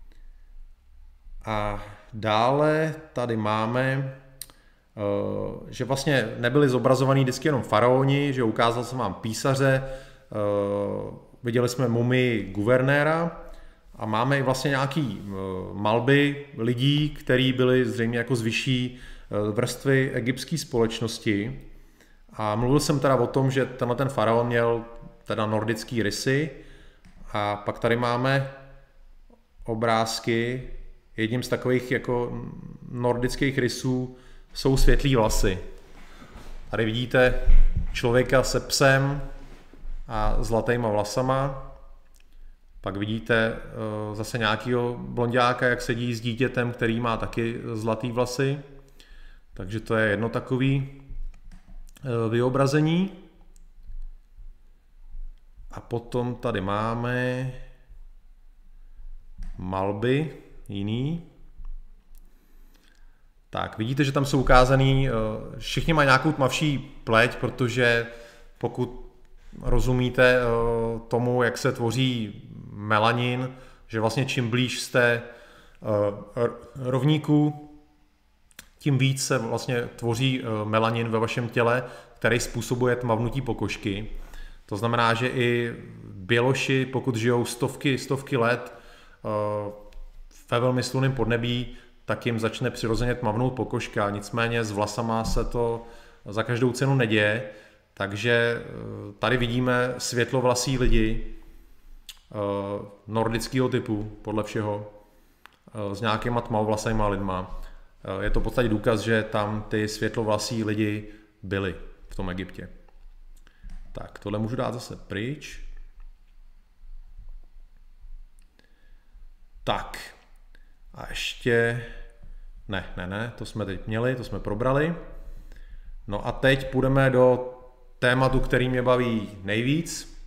A dále tady máme, že vlastně nebyli zobrazovaný vždycky jenom faraoni, že ukázal jsem vám písaře, viděli jsme mumii guvernéra a máme i vlastně nějaký malby lidí, kteří byli zřejmě jako z vyšší vrstvy egyptské společnosti. A mluvil jsem teda o tom, že tenhle ten faraon měl teda nordický rysy a pak tady máme obrázky. Jedním z takových jako nordických rysů jsou světlý vlasy. Tady vidíte člověka se psem a zlatýma vlasama. Pak vidíte zase nějakého blonďáka, jak sedí s dítětem, který má taky zlatý vlasy. Takže to je jedno takový vyobrazení. A potom tady máme malby jiný. Tak, vidíte, že tam jsou ukázaný, všichni mají nějakou tmavší pleť, protože pokud rozumíte tomu, jak se tvoří melanin, že vlastně čím blíž jste rovníku, tím víc se vlastně tvoří melanin ve vašem těle, který způsobuje tmavnutí pokožky. To znamená, že i běloši, pokud žijou stovky let ve velmi slunném podnebí, tak jim začne přirozeně tmavnout pokožka. Nicméně s vlasama se to za každou cenu neděje, takže tady vidíme světlovlasí lidi nordického typu, podle všeho, s nějakýma tmavovlasejma lidma. Je to v podstatě důkaz, že tam ty světlovlasí lidi byli v tom Egyptě. Tak, tohle můžu dát zase pryč. Tak, a ještě... Ne, to jsme teď měli, to jsme probrali. No a teď půjdeme do tématu, který mě baví nejvíc.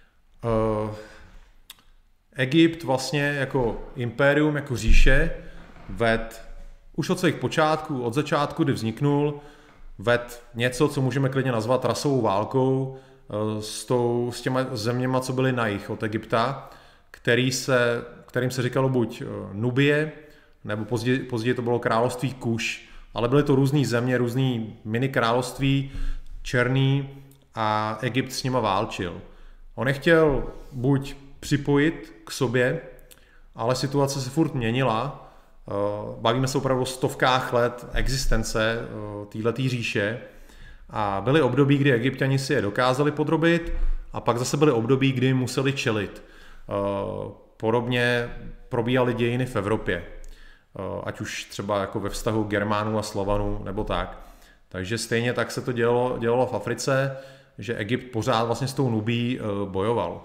Egypt vlastně jako impérium, jako říše, už od svých počátků, od začátku, kdy vzniknul, něco, co můžeme klidně nazvat rasovou válkou s těma zeměma, co byly na jih od Egypta, kterým se říkalo buď Nubie, nebo později to bylo království Kuš, ale byly to různé země, různý mini království, černý, a Egypt s nima válčil. On je chtěl buď připojit k sobě, ale situace se furt měnila. Bavíme se opravdu o stovkách let existence téhletý říše a byly období, kdy Egypťani si je dokázali podrobit a pak zase byly období, kdy museli čelit. Podobně probíhaly dějiny v Evropě. ať už třeba jako ve vztahu Germánů a Slovanů nebo tak. Takže stejně tak se to dělalo v Africe, že Egypt pořád vlastně s tou Nubií bojoval.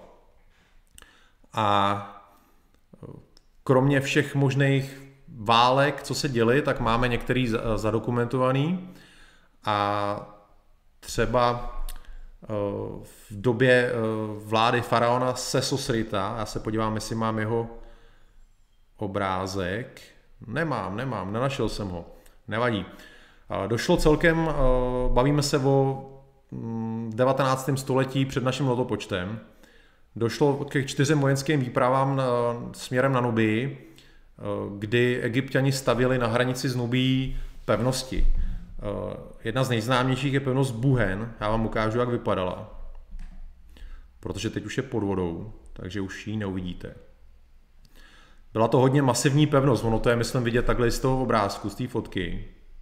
A kromě všech možných válek, co se děly, tak máme některý zadokumentovaný. A třeba v době vlády faraona Sesosrita, já se podívám, jestli mám jeho obrázek. Nemám, nenašel jsem ho. Nevadí. Došlo celkem, bavíme se o 19. století před naším letopočtem, došlo ke 4 vojenským výpravám směrem na Nubii, kdy Egypťani stavěli na hranici s Nubií pevnosti. Jedna z nejznámějších je pevnost Buhen, já vám ukážu, jak vypadala, protože teď už je pod vodou, takže už ji neuvidíte. Byla to hodně masivní pevnost, ono to je, myslím, vidět takhle z toho obrázku, z té fotky.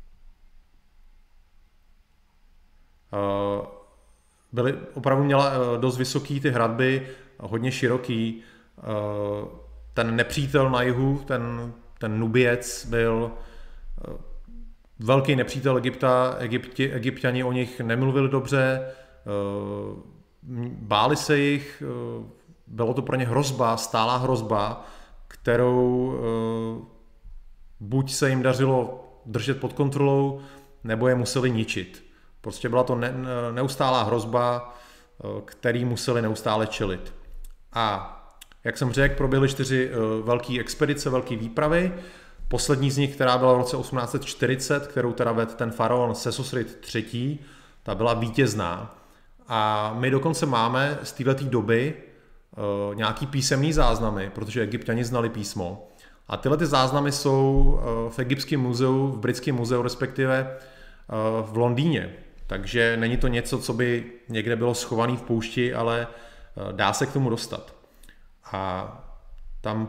Opravdu měla dost vysoký ty hradby, hodně široký. Ten nepřítel na jihu, ten Nubiec, byl velký nepřítel Egypta. Egypťani o nich nemluvili dobře, báli se jich, bylo to pro ně hrozba, stálá hrozba, kterou buď se jim dařilo držet pod kontrolou, nebo je museli ničit. Prostě byla to neustálá hrozba, který museli neustále čelit. A jak jsem řekl, proběhly 4 velké expedice, velké výpravy. Poslední z nich, která byla v roce 1840, kterou teda vedl ten faraon Sesosrit III., ta byla vítězná. A my dokonce máme z této doby nějaký písemný záznamy, protože Egypťani znali písmo. A tyhle ty záznamy jsou v Egyptském muzeu, v Britském muzeu, respektive v Londýně. Takže není to něco, co by někde bylo schované v poušti, ale dá se k tomu dostat. A tam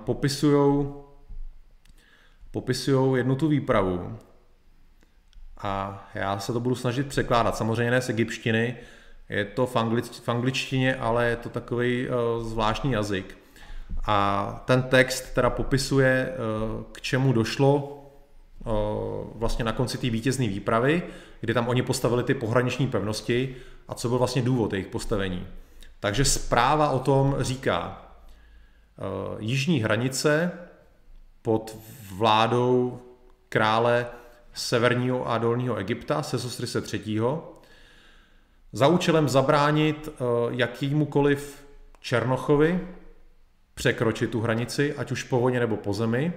popisujou jednu tu výpravu. A já se to budu snažit překládat. Samozřejmě ne z egyptštiny, je to v angličtině, ale je to takový zvláštní jazyk. A ten text teda popisuje, k čemu došlo vlastně na konci té vítězné výpravy, kdy tam oni postavili ty pohraniční pevnosti a co byl vlastně důvod jejich postavení. Takže zpráva o tom říká, jižní hranice pod vládou krále severního a dolního Egypta, Sesostrise III., za účelem zabránit jakýmukoliv Černochovi překročit tu hranici, ať už po vodě nebo po zemi,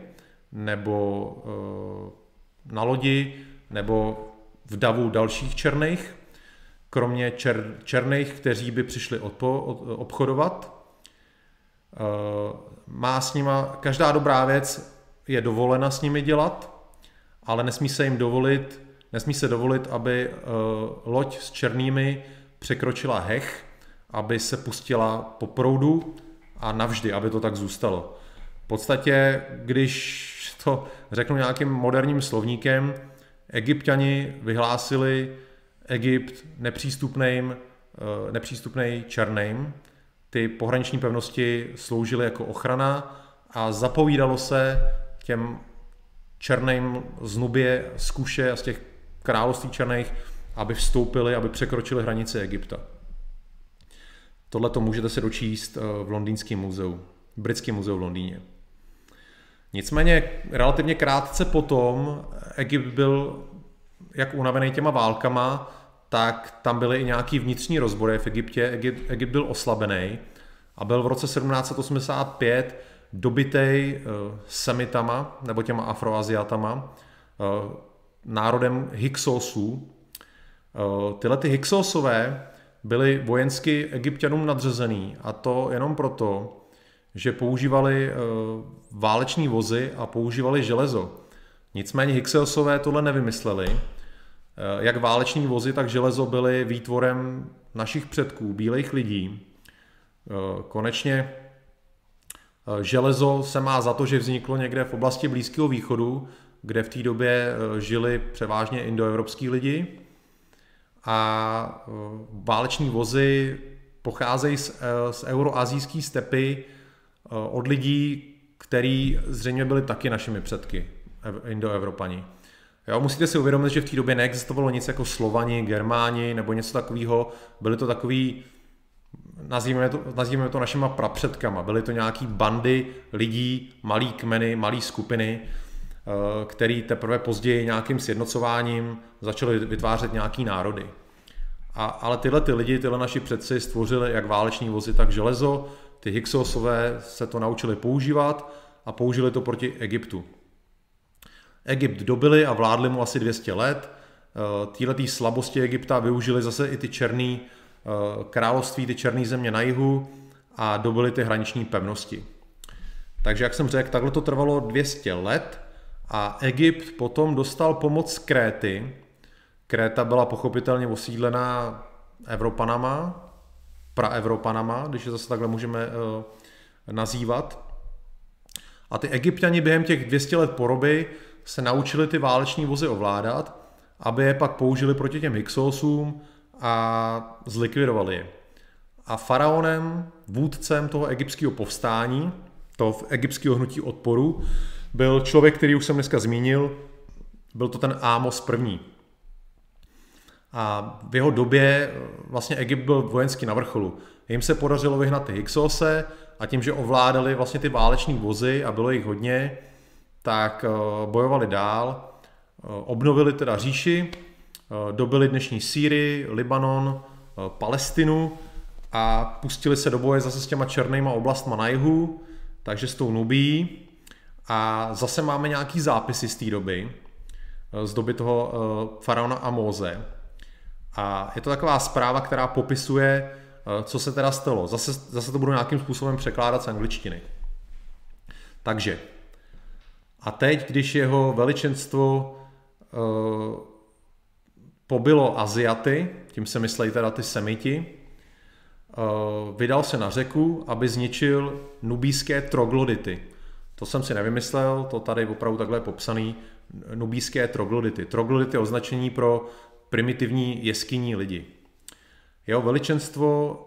nebo na lodi, nebo v davu dalších černých, kromě černých, kteří by přišli obchodovat. Má s nima, každá dobrá věc je dovolena s nimi dělat, ale nesmí se dovolit, aby loď s černými překročila Hech, aby se pustila po proudu a navždy, aby to tak zůstalo. V podstatě, když to řeknu nějakým moderním slovníkem, Egypťani vyhlásili Egypt nepřístupnej černým. Ty pohraniční pevnosti sloužily jako ochrana a zapovídalo se těm černým z Nubie, z Kuše a z těch království černých, aby vstoupili, aby překročili hranice Egypta. Tohle to můžete se dočíst v Londýnském muzeu, v Britském muzeu v Londýně. Nicméně relativně krátce potom Egypt byl jak unavený těma válkama, tak tam byly i nějaký vnitřní rozbory v Egyptě. Egypt byl oslabený a byl v roce 1785 dobytej Semitama, nebo těma Afroaziatama, národem Hyksosů. Tyhle ty Hyksosové byli vojensky Egypťanům nadřazený, a to jenom proto, že používali váleční vozy a používali železo. Nicméně Hyksosové tohle nevymysleli. Jak váleční vozy, tak železo byly výtvorem našich předků, bílejch lidí. Konečně železo se má za to, že vzniklo někde v oblasti Blízkého východu, kde v té době žili převážně indoevropský lidi. A váleční vozy pocházejí z euroazijské stepy od lidí, kteří zřejmě byli taky našimi předky. Indoevropani. Jo, musíte si uvědomit, že v té době neexistovalo nic jako Slovani, Germáni nebo něco takového. Byly to takový, nazýváme to našima prapředkama. Byly to nějaký bandy lidí, malý kmeny, malý skupiny, který teprve později nějakým sjednocováním začaly vytvářet nějaký národy. Ale tyhle naši předci stvořili jak váleční vozy, tak železo. Ty Hyksosové se to naučili používat a použili to proti Egyptu. Egypt dobili a vládli mu asi 200 let. Týhletý slabosti Egypta využili zase i ty černý království, ty černé země na jihu a dobili ty hraniční pevnosti. Takže jak jsem řekl, takhle to trvalo 200 let a Egypt potom dostal pomoc z Kréty. Kréta byla pochopitelně osídlená Evropanama, praevropanama, když je zase takhle můžeme nazývat. A ty Egypťani během těch 200 let poroby se naučili ty váleční vozy ovládat, aby je pak použili proti těm Hyksosům a zlikvidovali je. A faraonem, vůdcem toho egyptského povstání, toho egyptského hnutí odporu, byl člověk, který už jsem dneska zmínil, byl to ten Ámos I. A v jeho době vlastně Egypt byl vojensky na vrcholu. Jim se podařilo vyhnat ty Hyksose a tím, že ovládali vlastně ty váleční vozy a bylo jich hodně, tak bojovali dál, obnovili teda říši, dobili dnešní Sýrii, Libanon, Palestinu a pustili se do boje zase s těma černýma oblastma na jihu, takže s tou Nubií. A zase máme nějaký zápisy z té doby, z doby toho faraona Amóze. A je to taková zpráva, která popisuje, co se teda stalo. Zase to budu nějakým způsobem překládat z angličtiny. Takže, a teď, když jeho veličenstvo pobilo Aziaty, tím se myslejí teda ty Semiti, vydal se na řeku, aby zničil nubijské troglodity. To jsem si nevymyslel, to tady opravdu takhle je popsaný, nubijské troglodity. Troglodity je označení pro primitivní jeskyní lidi. Jeho veličenstvo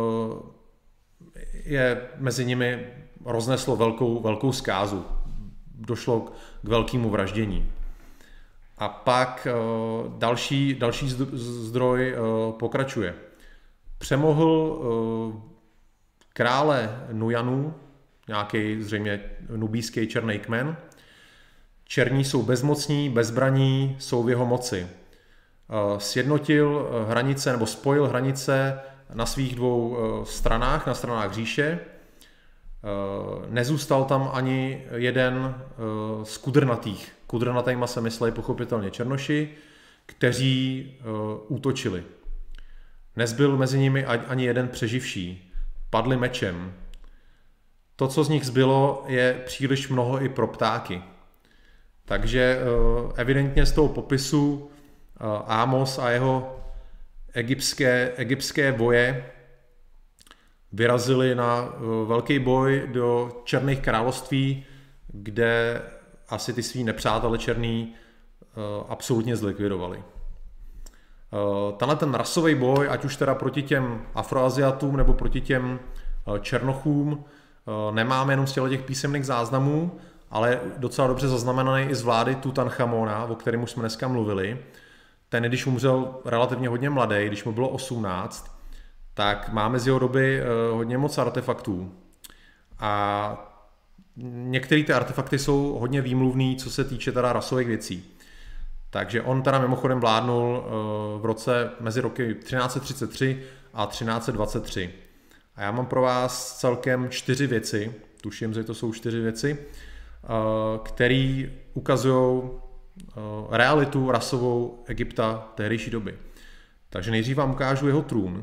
je mezi nimi rozneslo velkou zkázu. Došlo k velkému vraždění. A pak další zdroj pokračuje. Přemohl krále Nujanů, nějaký zřejmě nubijský černý kmen. Černí jsou bezmocní, bezbraní, jsou v jeho moci. Sjednotil hranice nebo spojil hranice na svých dvou stranách, na stranách říše. Nezůstal tam ani jeden z kudrnatých. Kudrnatýma se mysleli pochopitelně černoši, kteří útočili. Nezbyl mezi nimi ani jeden přeživší. Padli mečem. To, co z nich zbylo, je příliš mnoho i pro ptáky. Takže evidentně z toho popisu Ámos a jeho egyptské voje vyrazili na velký boj do Černých království, kde asi ty svý nepřátele černý absolutně zlikvidovali. Tenhle ten rasový boj, ať už teda proti těm Afroaziatům nebo proti těm Černochům, nemáme jenom z těch písemných záznamů, ale docela dobře zaznamenaný i z vlády Tutanchamona, o kterém už jsme dneska mluvili. Ten, když umřel relativně hodně mladý, když mu bylo 18, tak máme z jeho doby hodně moc artefaktů. A některé ty artefakty jsou hodně výmluvný, co se týče teda rasových věcí. Takže on teda mimochodem vládnul v roce mezi roky 1333 a 1323. A já mám pro vás celkem 4 věci, tuším, že to jsou 4 věci, které ukazují realitu rasovou Egypta tehdejší doby. Takže nejdřív vám ukážu jeho trůn.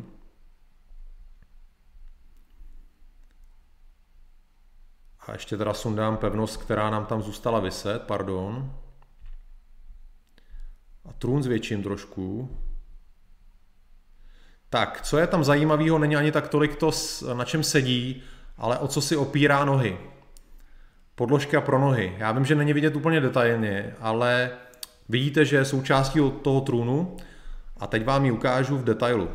A ještě teda sundám pevnost, která nám tam zůstala viset, pardon. A trůn zvětším trošku. Tak, co je tam zajímavého, není ani tak tolik to, na čem sedí, ale o co si opírá nohy. Podložka pro nohy. Já vím, že není vidět úplně detailně, ale vidíte, že je součástí toho trůnu a teď vám ji ukážu v detailu.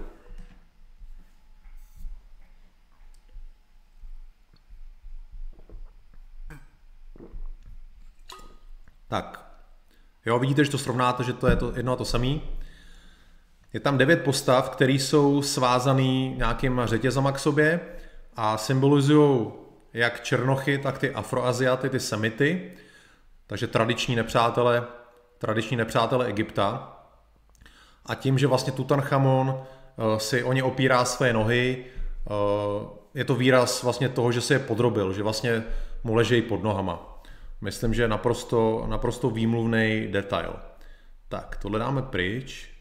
Tak, jo, vidíte, že to srovnáte, že to je to jedno a to samé. Je tam 9 postav, které jsou svázané nějakým řetězama k sobě a symbolizují jak černochy, tak ty afroaziaty, ty semity, takže tradiční nepřátelé Egypta. A tím, že vlastně Tutanchamon si o ně opírá své nohy, je to výraz vlastně toho, že se je podrobil, že vlastně mu ležejí pod nohama. Myslím, že je naprosto výmluvný detail. Tak, tohle dáme pryč.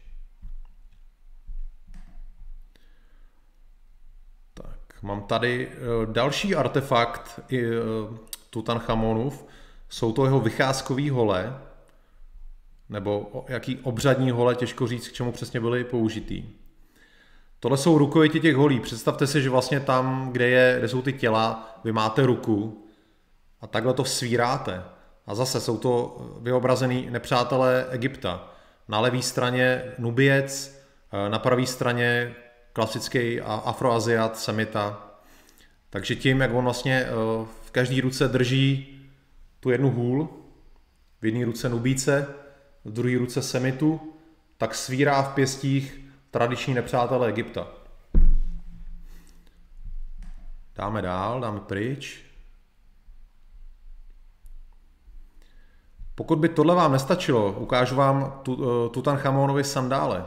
Tak, mám tady další artefakt Tutanchamonův. Jsou to jeho vycházkový hole, nebo jaký obřadní hole, těžko říct, k čemu přesně byly použitý. Tohle jsou rukojeti těch holí. Představte si, že vlastně tam, kde jsou ty těla, vy máte ruku a takhle to svíráte. A zase jsou to vyobrazený nepřátelé Egypta. Na levé straně Nubiec, na pravé straně klasický afroaziat, semita. Takže tím, jak on vlastně v každé ruce drží tu jednu hůl, v jedné ruce Nubíce, v druhé ruce semitu, tak svírá v pěstích tradiční nepřátelé Egypta. Dáme dál, dáme pryč. Pokud by tohle vám nestačilo, ukážu vám Tutanchamonovi sandále.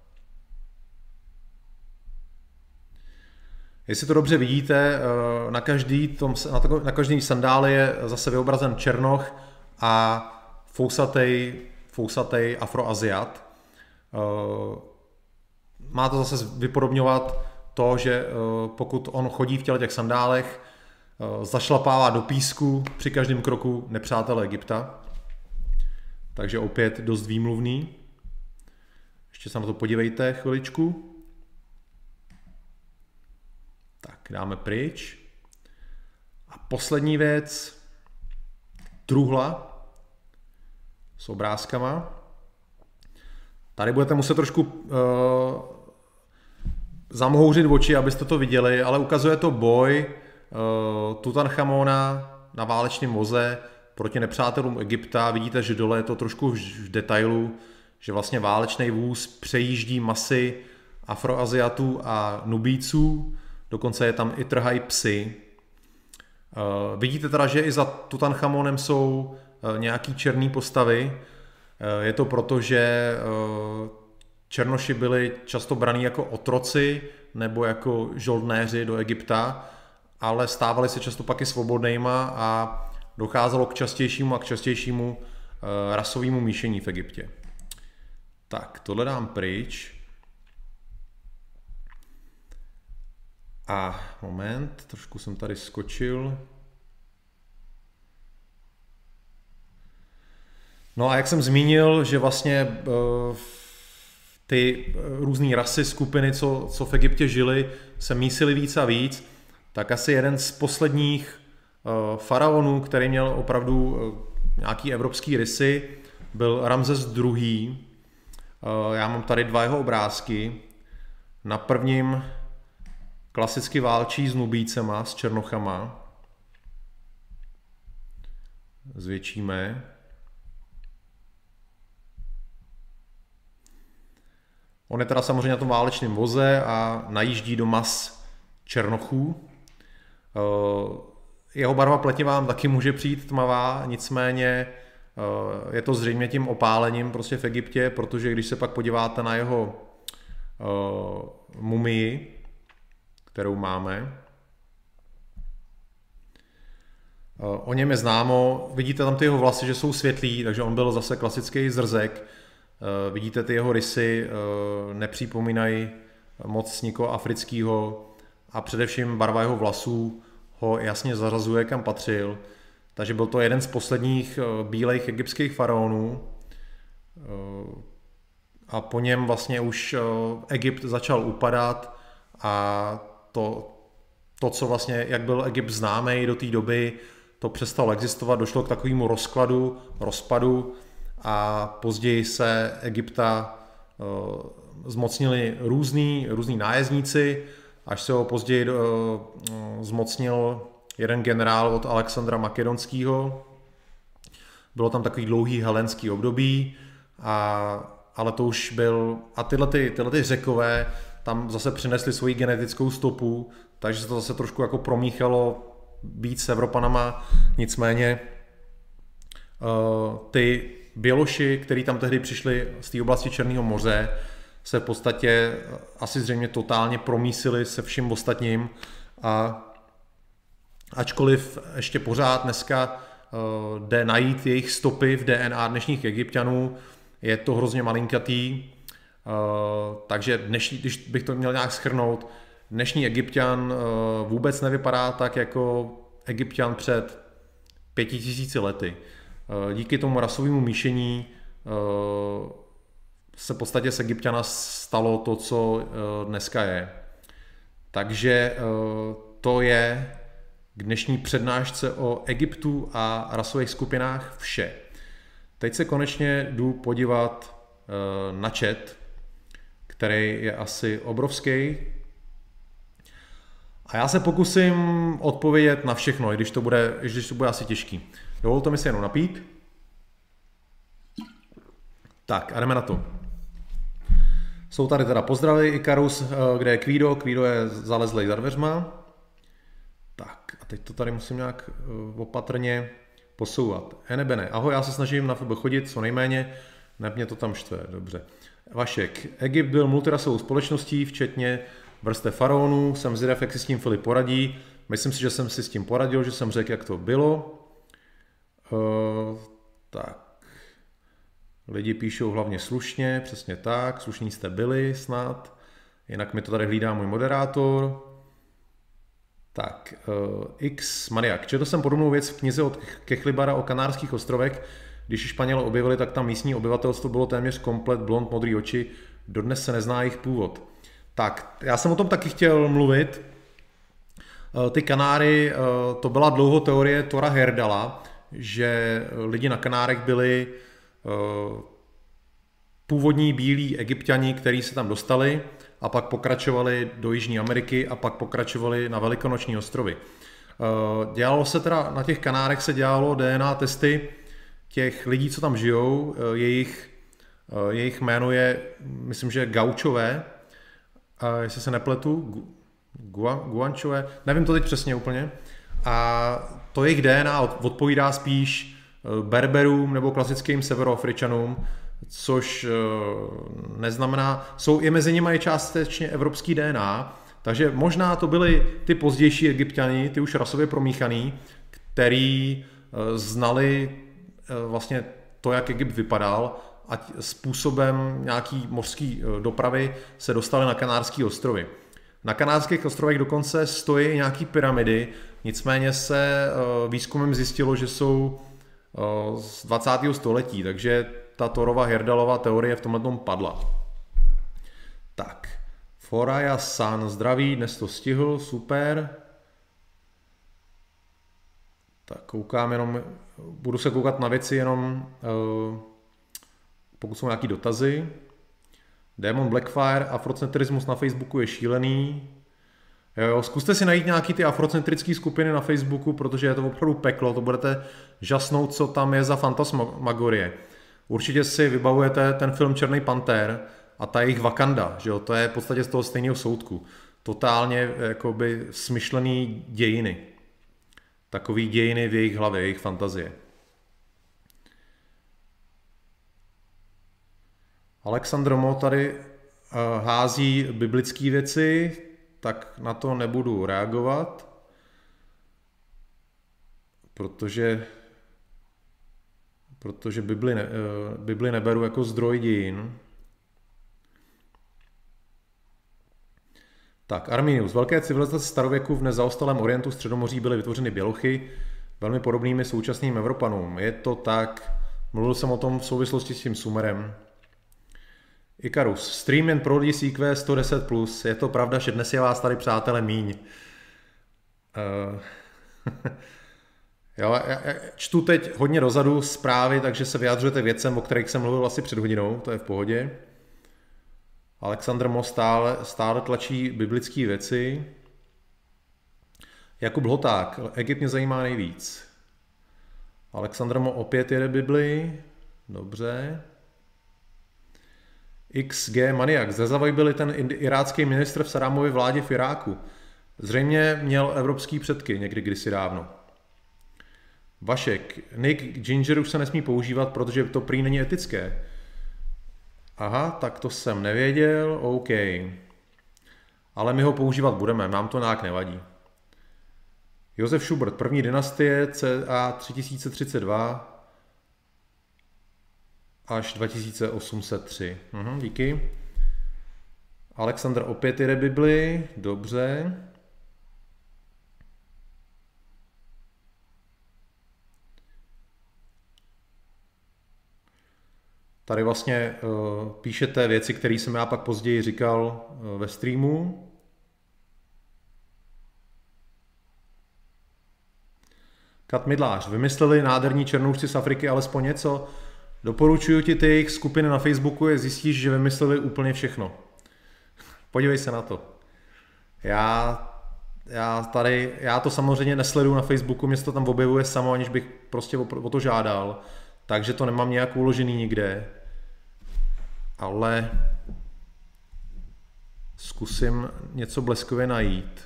Jestli to dobře vidíte, na každý sandáli je zase vyobrazen černoch a fousatej afroaziat. Má to zase vypodobňovat to, že pokud on chodí v těch sandálech, zašlapává do písku při každém kroku nepřátele Egypta. Takže opět dost výmluvný. Ještě se na to podívejte chviličku. Tak, dáme pryč. A poslední věc, truhla s obrázkama. Tady budete muset trošku zamhouřit oči, abyste to viděli, ale ukazuje to boj Tutanchamona na válečném voze proti nepřátelům Egypta. Vidíte, že dole je to trošku v detailu, že vlastně válečný vůz přejíždí masy afroaziatů a nubíců, dokonce je tam i trhají psy. Vidíte teda, že i za Tutanchamonem jsou nějaký černé postavy. Je to proto, že černoši byli často braní jako otroci nebo jako žoldnéři do Egypta, ale stávali se často pak i svobodnejma a docházelo k častějšímu rasovému míšení v Egyptě. Tak, tohle dám pryč. A moment, trošku jsem tady skočil. No a jak jsem zmínil, že vlastně ty různé rasy, skupiny, co v Egyptě žili, se mísily víc a víc, tak asi jeden z posledních faraonů, který měl opravdu nějaký evropský rysy, byl Ramzes II. Já mám tady 2 jeho obrázky. Na prvním klasicky válčí s Nubícema, s černochama. Zvětšíme. On je teda samozřejmě na tom válečném voze a najíždí do mas černochů. Jeho barva pleti vám taky může přijít tmavá, nicméně je to zřejmě tím opálením prostě v Egyptě, protože když se pak podíváte na jeho mumii, kterou máme, o něm je známo, vidíte tam ty jeho vlasy, že jsou světlí, takže on byl zase klasický zrzek. Vidíte, ty jeho rysy nepřipomínají moc nikoho afrického a především barva jeho vlasů ho jasně zařazuje, kam patřil. Takže byl to jeden z posledních bílejch egyptských faraonů a po něm vlastně už Egypt začal upadat a to, co vlastně, jak byl Egypt známý do té doby, to přestalo existovat, došlo k takovému rozpadu a později se Egypta zmocnili různí nájezdníci, až se ho později zmocnil jeden generál od Alexandra Makedonského. Bylo tam takový dlouhý helenský období, ale to už byl... A tyhle Řekové tam zase přinesli svoji genetickou stopu, takže se to zase trošku jako promíchalo víc s Evropanama. Nicméně ty Běloši, kteří tam tehdy přišli z té oblasti Černého moře, se v podstatě asi zřejmě totálně promísili se vším ostatním a ačkoliv ještě pořád dneska jde najít jejich stopy v DNA dnešních Egypťanů, je to hrozně malinkatý, takže když bych to měl nějak shrnout, dnešní Egypťan vůbec nevypadá tak jako Egypťan před 5000 lety. Díky tomu rasovému míšení se v podstatě z Egypťana stalo to, co dneska je. Takže to je k dnešní přednášce o Egyptu a rasových skupinách vše. Teď se konečně jdu podívat na chat, který je asi obrovský. A já se pokusím odpovědět na všechno, i když to bude asi těžký. Dovolte mi si jenom napít. Tak a jdeme na to. Jsou tady teda pozdravy, Ikarus, kde je Kvído. Kvído je zalezlej za dveřma. Tak a teď to tady musím nějak opatrně posouvat. Enebene, ahoj, já se snažím na FB chodit co nejméně, neb mě to tam štve, dobře. Vašek, Egypt byl multirasovou společností, včetně vrstev faraonů, jsem zvědav, jak si s tím Filip poradí. Myslím si, že jsem si s tím poradil, že jsem řekl, jak to bylo. Tak. Lidi píšou hlavně slušně, přesně tak, slušní jste byli snad, jinak mi to tady hlídá můj moderátor. Tak, X Maniak. Četl jsem podobnou věc v knize od Kechlibara o Kanárských ostrovech. Když ji Španělé objevili, tak tam místní obyvatelstvo bylo téměř komplet blond, modrý oči. Dodnes se nezná jejich původ. Tak, já jsem o tom taky chtěl mluvit. Ty Kanáry, to byla dlouho teorie Tora Heyerdala, že lidi na Kanárech byli původní bílí Egypťani, kteří se tam dostali a pak pokračovali do Jižní Ameriky a pak pokračovali na Velikonoční ostrovy. Dělalo se teda, na těch Kanárech se dělalo DNA testy těch lidí, co tam žijou, jejich jméno je, myslím, že Gaučové, jestli se nepletu, Guančové, nevím to teď přesně úplně, a to jejich DNA odpovídá spíš Berberům nebo klasickým Severoafričanům, což neznamená, je mezi nimi částečně evropský DNA, takže možná to byli ty pozdější Egypťani, ty už rasově promíchaný, který znali vlastně to, jak Egypt vypadal a způsobem nějaký mořský dopravy se dostali na Kanárské ostrovy. Na Kanárských ostrovech dokonce stojí nějaký pyramidy, nicméně se výzkumem zjistilo, že jsou z 20. století, takže ta Torova Heyerdalová teorie v tomhle padla. Tak, Foraya San, zdraví, dnes to stihl, super. Tak koukám jenom, budu se koukat na věci jenom, pokud jsou nějaký dotazy. Demon Blackfire, afrocentrismus na Facebooku je šílený. Jo, zkuste si najít nějaký ty afrocentrické skupiny na Facebooku, protože je to opravdu peklo, to budete žasnout, co tam je za fantasmagorie. Určitě si vybavujete ten film Černý pantér a ta jejich Wakanda, že jo, to je v podstatě z toho stejného soudku. Totálně jakoby smyšlený dějiny. Takový dějiny v jejich hlavě, jejich fantazie. Alexandr Mo tady hází biblické věci, tak na to nebudu reagovat, protože Bibli neberu jako zdroj dějin. Tak, Arminius. Velké civilizace starověku v nezaostalém Orientu Středomoří byly vytvořeny bělochy, velmi podobnými současným Evropanům. Je to tak, mluvil jsem o tom v souvislosti s tím Sumerem. Ikarus. Stream jen pro lidi s IQ 110+. Je to pravda, že dnes je vás tady, přátelé, míň. Jo, já čtu teď hodně dozadu zprávy, takže se vyjadřujete věcem, o kterých jsem mluvil asi před hodinou, to je v pohodě. Alexandr Mo stále tlačí biblické věci. Jakub Hoták, Egypt mě zajímá nejvíc. Alexandr Mo opět jede Bibli. Dobře. XG Maniak. Zazavoj byli ten irácký ministr v Sadámově vládě v Iráku. Zřejmě měl evropský předky někdy kdysi dávno. Vašek. Nick Ginger už se nesmí používat, protože to prý není etické. Aha, tak to jsem nevěděl. OK. Ale my ho používat budeme, nám to nějak nevadí. Josef Schubert, první dynastie CA 3032 až 2803. Díky. Alexandr opět jede Bibli, dobře. Tady vlastně píšete věci, které jsem já pak později říkal ve streamu. Kat Midlář, vymysleli nádherní černoušci z Afriky alespoň něco. Doporučuji ti ty jejich skupiny na Facebooku, je zjistíš, že vymysleli úplně všechno. Podívej se na to. Já to samozřejmě nesleduju na Facebooku, mě se to tam objevuje samo, aniž bych prostě o to žádal. Takže to nemám nějak uložený nikde. Ale zkusím něco bleskově najít.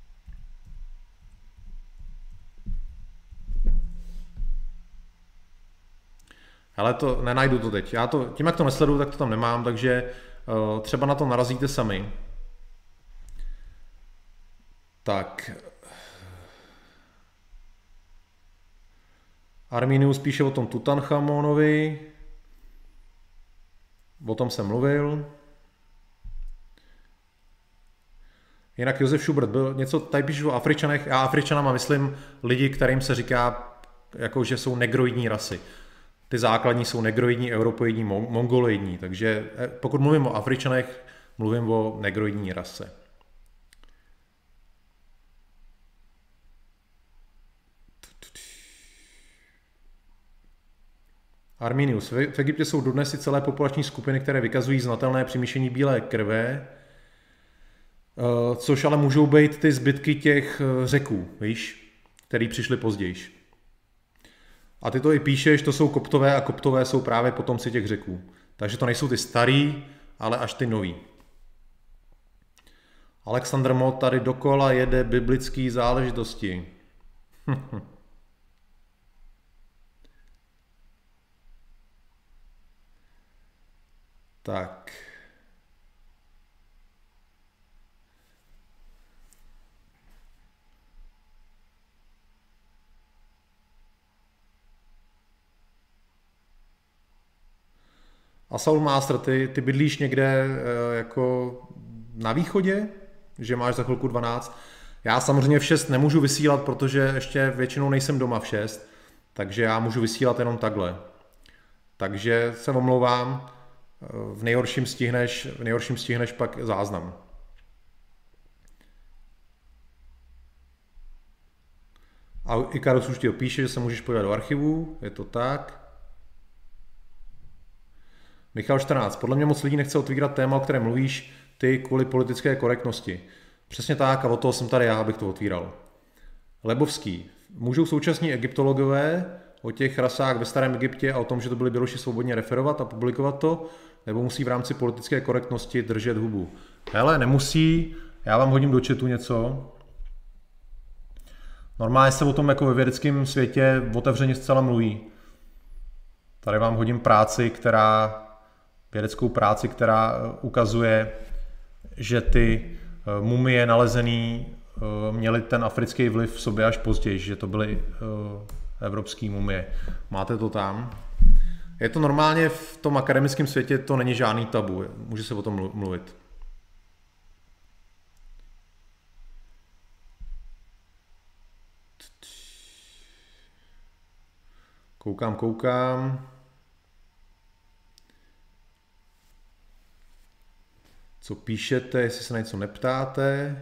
Ale to nenajdu to teď. Tím, jak to nesleduju, tak to tam nemám, takže třeba na to narazíte sami. Tak. Arminius píše o tom Tutanchamonovi. O tom jsem mluvil. Jinak Josef Schubert byl něco, tady píšu o Afričanech. Já Afričanama myslím lidi, kterým se říká, jako, že jsou negroidní rasy. Ty základní jsou negroidní, europoidní, mongoloidní. Takže pokud mluvím o Afričanech, mluvím o negroidní rase. Arminius. V Egyptě jsou dodnes i celé populační skupiny, které vykazují znatelné přimíšení bílé krve, což ale můžou být ty zbytky těch Řeků, víš, který přišli později. A ty to i píšeš, to jsou Koptové a Koptové jsou právě potomci těch Řeků. Takže to nejsou ty starý, ale až ty nový. Alexandr Mo tady dokola jede biblické záležitosti. Tak. A Saul Master, ty bydlíš někde jako na východě, že máš za chvilku 12. Já samozřejmě v 6 nemůžu vysílat, protože ještě většinou nejsem doma v 6, takže já můžu vysílat jenom takhle. Takže se omlouvám, v nejhorším stihneš pak záznam. A Ikarus už ti píše, že se můžeš podívat do archivu, je to tak. Michal 14. Podle mě moc lidí nechce otvírat téma, o kterém mluvíš ty kvůli politické korektnosti. Přesně tak a od toho jsem tady já, abych to otvíral. Lebovský. Můžou současní egyptologové o těch rasách ve starém Egyptě a o tom, že to byli Běloši, svobodně referovat a publikovat to, nebo musí v rámci politické korektnosti držet hubu? Hele, nemusí, já vám hodím do chatu něco. Normálně se o tom jako ve vědeckém světě otevřeně zcela mluví. Tady vám hodím vědeckou práci, která ukazuje, že ty mumie nalezený měly ten africký vliv v sobě až později, že to byly evropské mumie. Máte to tam? Je to normálně v tom akademickém světě, to není žádný tabu, může se o tom mluvit. Koukám. Co píšete, jestli se na něco neptáte.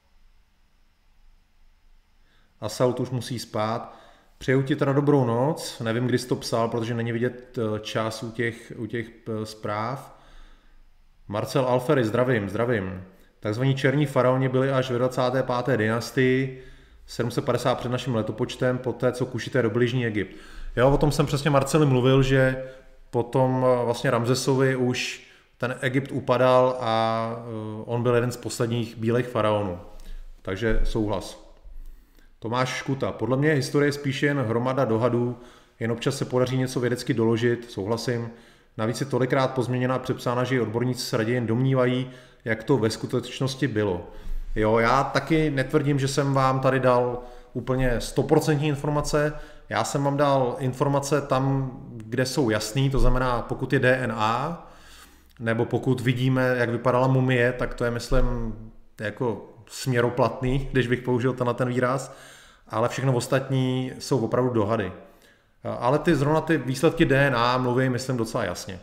Assault už musí spát. Přeju ti teda dobrou noc. Nevím, kdy jsi to psal, protože není vidět čas u těch zpráv. Marcel Alfery, zdravím. Takzvaní černí faraoni byli až ve 25. dynastii 750 před naším letopočtem, poté co Kušité dobyli Jižní Egypt. Jo, o tom jsem přesně Marceli mluvil, že potom vlastně Ramzesovi už ten Egypt upadal a on byl jeden z posledních bílých faraonů. Takže souhlas. Tomáš Škuta. Podle mě je historie spíše jen hromada dohadů, jen občas se podaří něco vědecky doložit, souhlasím. Navíc je tolikrát pozměněna a přepsána, že i odborníci se raději jen domnívají, jak to ve skutečnosti bylo. Jo, já taky netvrdím, že jsem vám tady dal úplně 100% informace, já jsem vám dal informace tam, kde jsou jasný, to znamená, pokud je DNA, nebo pokud vidíme, jak vypadala mumie, tak to je, myslím, jako směroplatný, když bych použil ten výraz, ale všechno ostatní jsou opravdu dohady. Ale zrovna ty výsledky DNA mluví, myslím, docela jasně.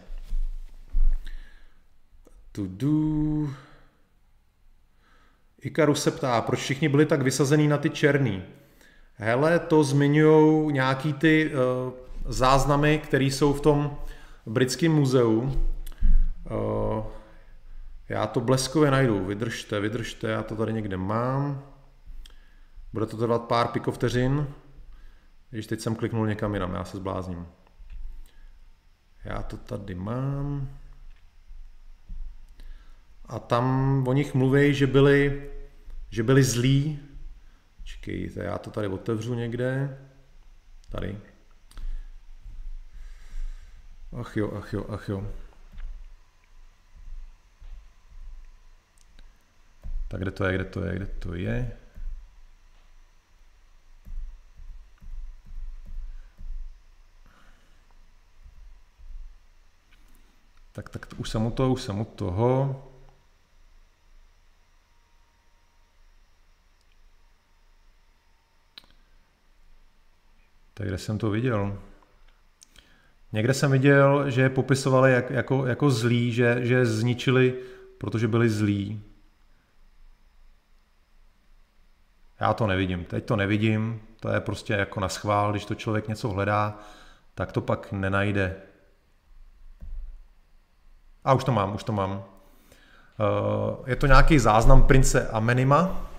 Ikarus se ptá, proč všichni byli tak vysazený na ty černý. Hele, to zmiňují nějaký ty záznamy, které jsou v tom britském muzeu. Já to bleskově najdu, vydržte, já to tady někde mám. Bude to trvat pár pikovteřin. Když teď jsem kliknul někam jinam, já se zblázním. Já to tady mám. A tam o nich mluví, že byli zlí. Čekejte, já to tady otevřu někde. Tady. Ach jo. Tak kde to je? Tak už jsem u toho. Tak kde jsem to viděl? Někde jsem viděl, že je popisovali jako zlí, že je zničili, protože byli zlí. Já to nevidím, teď to nevidím, to je prostě jako na schvál, když to člověk něco hledá, tak to pak nenajde. A už to mám. Je to nějaký záznam prince Amenima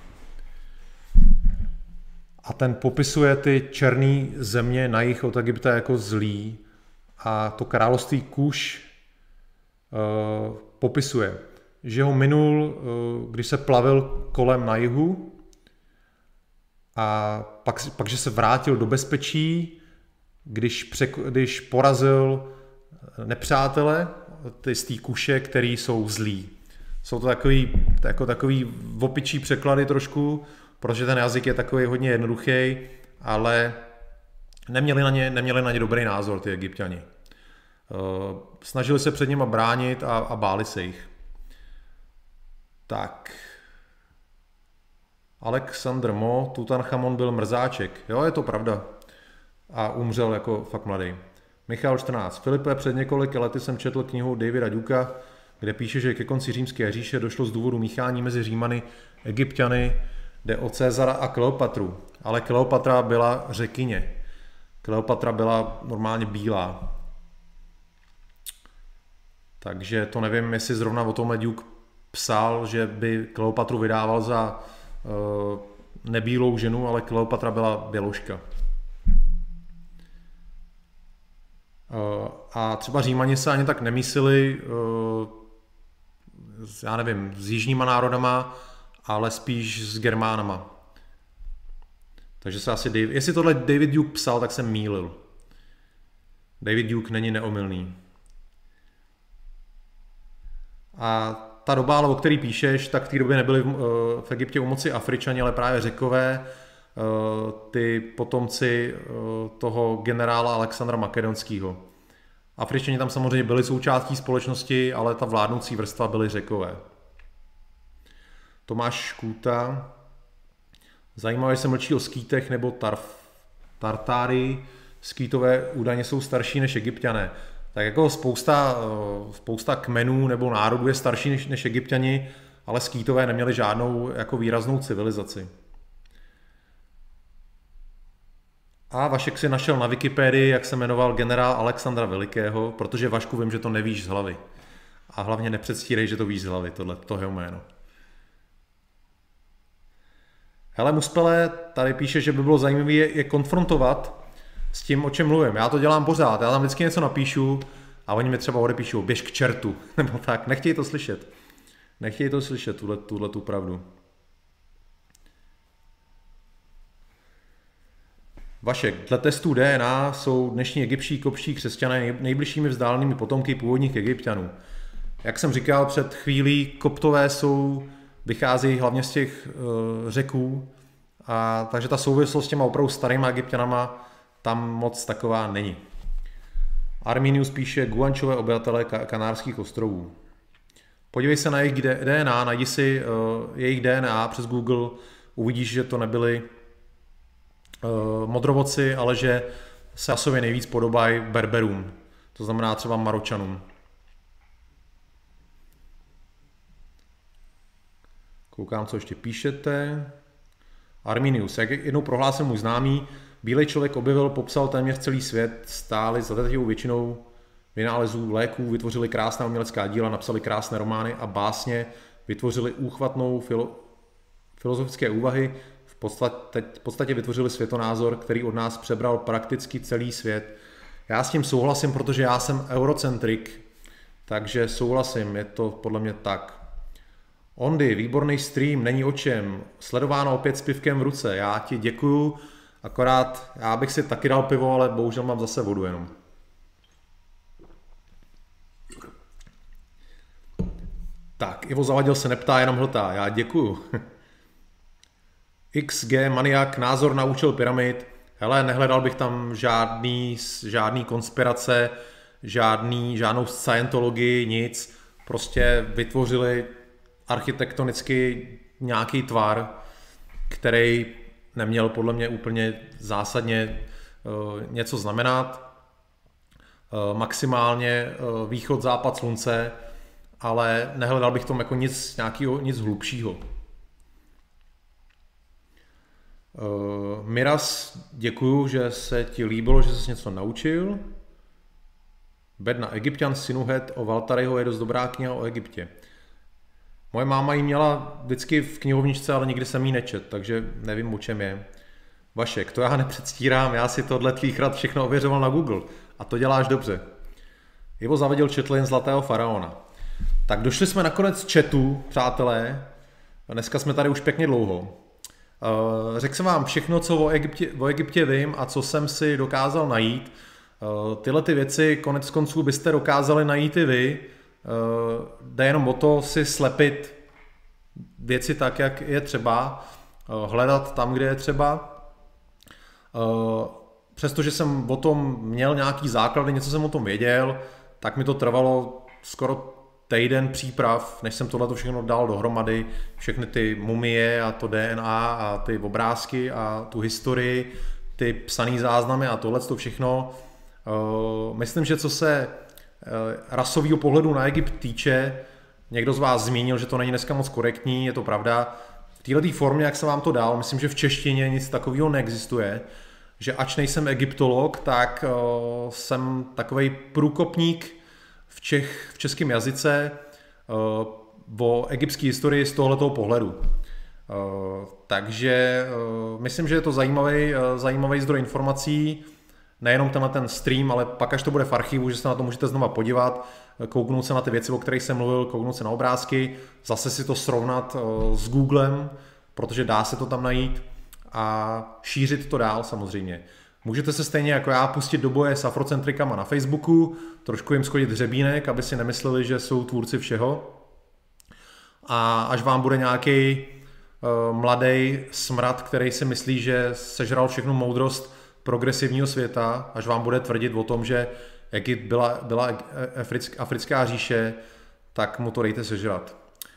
a ten popisuje ty černé země na jih od Egypta jako zlý a to království Kuš popisuje, že ho minul, když se plavil kolem na jihu a pak že se vrátil do bezpečí, když porazil nepřátele, ty z té Kuše, který jsou zlí. Jsou to takový opičí překlady trošku, protože ten jazyk je takový hodně jednoduchý, ale neměli na ně dobrý názor ty Egypťani. Snažili se před nima bránit a báli se jich. Tak. Alexandr Mo, Tutanchamon byl mrzáček. Jo, je to pravda. A umřel jako fakt mladý. Michal 14. Filipe, před několika lety jsem četl knihu Davida Duka, kde píše, že ke konci římské říše došlo z důvodu míchání mezi Římany, Egypťany, jde o Cezara a Kleopatru. Ale Kleopatra byla řekyně. Kleopatra byla normálně bílá. Takže to nevím, jestli zrovna o tomhle Duke psal, že by Kleopatru vydával za nebílou ženu, ale Kleopatra byla běložka. A třeba Římani se ani tak nemysleli, já nevím, s jižníma národama, ale spíš s Germánama. Takže se asi, jestli tohle David Duke psal, tak jsem mýlil. David Duke není neomylný. A ta doba, ale o který píšeš, tak v té době nebyli v Egyptě u moci Afričani, ale právě Řekové, ty potomci toho generála Alexandra Makedonského. Afričani tam samozřejmě byli součástí společnosti, ale ta vládnoucí vrstva byly Řekové. Tomáš Škůta. Zajímavé, že se mlčí o Skýtech nebo Tartárii. Skýtové údajně jsou starší než Egypťané. Tak jako spousta kmenů nebo národů je starší než Egypťani, ale Skýtové neměli žádnou jako výraznou civilizaci. A Vašek si našel na Wikipedii, jak se jmenoval generál Alexandra Velikého, protože Vašku vím, že to nevíš z hlavy. A hlavně nepředstírej, že to víš z hlavy, to jeho jméno. Hele, Muspele tady píše, že by bylo zajímavé je konfrontovat s tím, o čem mluvím. Já to dělám pořád, já tam vždycky něco napíšu a oni mi třeba odepíšou, běž k čertu, nebo tak, nechtějí to slyšet. Nechtějí to slyšet, tuhle tu pravdu. Vašek, dle testů DNA jsou dnešní egyptští kopští křesťané nejbližšími vzdálenými potomky původních Egypťanů. Jak jsem říkal před chvílí, koptové vycházejí hlavně z těch řeků, takže ta souvislost s těma opravdu starýma Egypťanama tam moc taková není. Arminius píše Guančové obyvatele Kanárských ostrovů. Podívej se na jejich DNA, najdi si jejich DNA přes Google, uvidíš, že to nebyli modrovodci, ale že se rasově nejvíc podobají Berberům, to znamená třeba Maročanům. Koukám, co ještě píšete. Arminius, jak jednou prohlásil můj známý, bílej člověk objevil, popsal téměř celý svět, stáli za drtivou většinou vynálezů léků, vytvořili krásná umělecká díla, napsali krásné romány a básně, vytvořili úchvatnou filozofické úvahy, v podstatě vytvořili světonázor, který od nás přebral prakticky celý svět. Já s tím souhlasím, protože já jsem eurocentrik, takže souhlasím, je to podle mě tak. Ondy, výborný stream, není o čem, sledováno opět s pivkem v ruce, já ti děkuju, akorát já bych si taky dal pivo, ale bohužel mám zase vodu jenom. Tak, Ivo Zavadil se neptá, jenom hltá, já děkuju. XG Maniak, názor na účel pyramid, hele, nehledal bych tam žádný konspirace, žádnou scientologii, nic, prostě vytvořili architektonicky nějaký tvar, který neměl podle mě úplně zásadně něco znamenat. Maximálně východ, západ slunce, ale nehledal bych tom jako nic hlubšího. Miras, děkuju, že se ti líbilo, že jsi něco naučil. Bedna Egypťan Sinuhet o Valtariho je dost dobrá kniha o Egyptě. Moje máma ji měla vždycky v knihovničce, ale nikdy jsem ji nečet, takže nevím, o čem je. Vašek, to já nepředstírám, já si tohle tvých rad všechno ověřoval na Google a to děláš dobře. Ivo Zavadil četl jen Zlatého faraona. Tak došli jsme nakonec chatu, přátelé, dneska jsme tady už pěkně dlouho. Řekl jsem vám všechno, co o Egyptě vím a co jsem si dokázal najít. Tyhle ty věci konec konců byste dokázali najít i vy. Jde jenom o to si slepit věci tak, jak je třeba, hledat tam, kde je třeba. Přestože jsem o tom měl nějaký základy, něco jsem o tom věděl, tak mi to trvalo skoro týden příprav, než jsem tohle všechno dal dohromady, všechny ty mumie a to DNA a ty obrázky a tu historii, ty psaný záznamy a tohle všechno. Myslím, že co se rasového pohledu na Egypt týče, někdo z vás zmínil, že to není dneska moc korektní, je to pravda. V této formě, jak jsem vám to dal, myslím, že v češtině nic takového neexistuje, že ač nejsem egyptolog, tak jsem takovej průkopník v českém jazyce o egyptské historii z tohletoho pohledu. Takže myslím, že je to zajímavý zdroj informací, nejenom ten stream, ale pak, až to bude v archivu, že se na to můžete znova podívat, kouknout se na ty věci, o kterých jsem mluvil, kouknout se na obrázky, zase si to srovnat s Googlem, protože dá se to tam najít a šířit to dál samozřejmě. Můžete se stejně jako já pustit do boje s afrocentrikama na Facebooku, trošku jim schodit hřebínek, aby si nemysleli, že jsou tvůrci všeho. A až vám bude nějaký mladý smrad, který si myslí, že sežral všechnu moudrost progresivního světa, až vám bude tvrdit o tom, že Egypt byla africká říše, tak mu to dejte sežrat.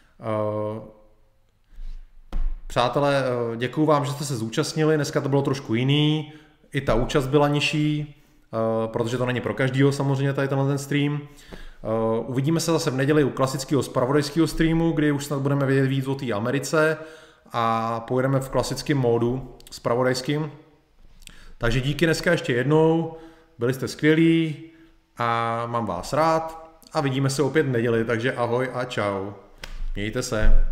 Přátelé, děkuju vám, že jste se zúčastnili, dneska to bylo trošku jiný, i ta účast byla nižší, protože to není pro každýho samozřejmě tady ten stream. Uvidíme se zase v neděli u klasického zpravodajského streamu, kdy už snad budeme vědět víc o té Americe a pojedeme v klasickém módu zpravodajským. Takže díky dneska ještě jednou, byli jste skvělí a mám vás rád a vidíme se opět v neděli, takže ahoj a čau. Mějte se.